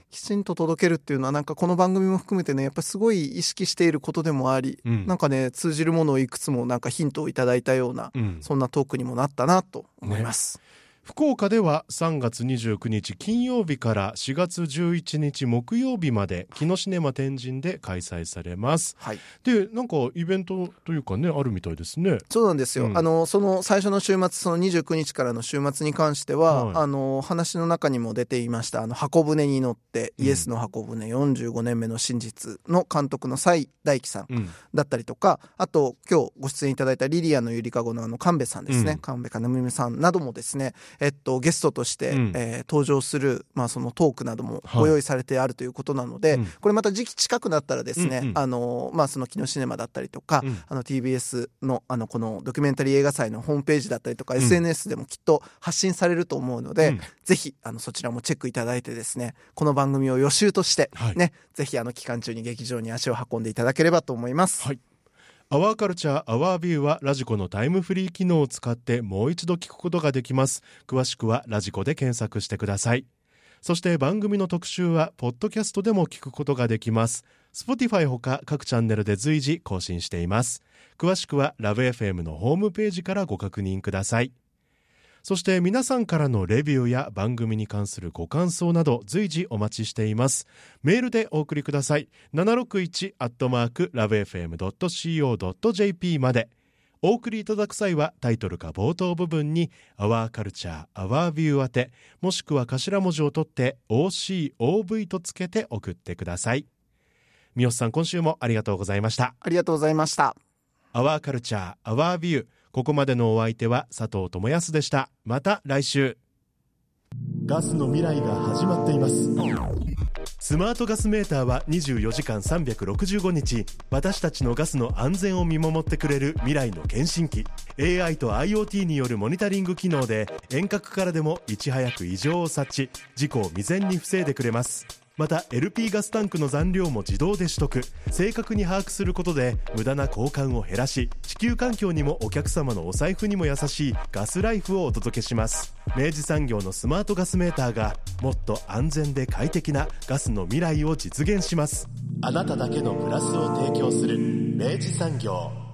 きちんと届けるっていうのはなんかこの番組も含めてねやっぱりすごい意識していることでもあり、なんかね通じるものをいくつもなんかヒントをいただいたような、そんなトークにもなったなと思います、 福岡では3月29日金曜日から4月11日木曜日までキノシネマ天神で開催されます、でなんかイベントというかねあるみたいですね。 そうなんですよ、その最初の週末その29日からの週末に関しては、話の中にも出ていました箱舟に乗ってイエスの箱舟45年目の真実の監督の蔡大輝さんだったりとか、あと今日ご出演いただいたリリアのゆりかごの神戸さんですね、神戸金夢さんなどもですねゲストとして、登場する、そのトークなどもご用意されてあるということなので、これまた時期近くなったらですね、そのキノシネマだったりとか、TBS のこのドキュメンタリー映画祭のホームページだったりとか、SNS でもきっと発信されると思うので、ぜひそちらもチェックいただいてですね、この番組を予習としてね、ぜひ期間中に劇場に足を運んでいただければと思います。 アワーカルチャーアワービューはラジコのタイムフリー機能を使ってもう一度聞くことができます。詳しくはラジコで検索してください。そして番組の特集はポッドキャストでも聞くことができます。 Spotify ほか各チャンネルで随時更新しています。詳しくはラブ FM のホームページからご確認ください。そして皆さんからのレビューや番組に関するご感想など随時お待ちしています。メールでお送りください。761@lovefm.co.jp まで。お送りいただく際はタイトルか冒頭部分に Our Culture Our View 宛て、もしくは頭文字を取って OCOV とつけて送ってください。三好さん、今週もありがとうございました。 ありがとうございました。 Our Culture Our View、ここまでのお相手は佐藤智康でした。また来週。ガスの未来が始まっています。スマートガスメーターは24時間365日私たちのガスの安全を見守ってくれる未来の検診機。 AI と IoT によるモニタリング機能で遠隔からでもいち早く異常を察知、事故を未然に防いでくれます。また LP ガスタンクの残量も自動で取得、正確に把握することで無駄な交換を減らし、地球環境にもお客様のお財布にも優しいガスライフをお届けします。明治産業のスマートガスメーターがもっと安全で快適なガスの未来を実現します。あなただけのプラスを提供する明治産業。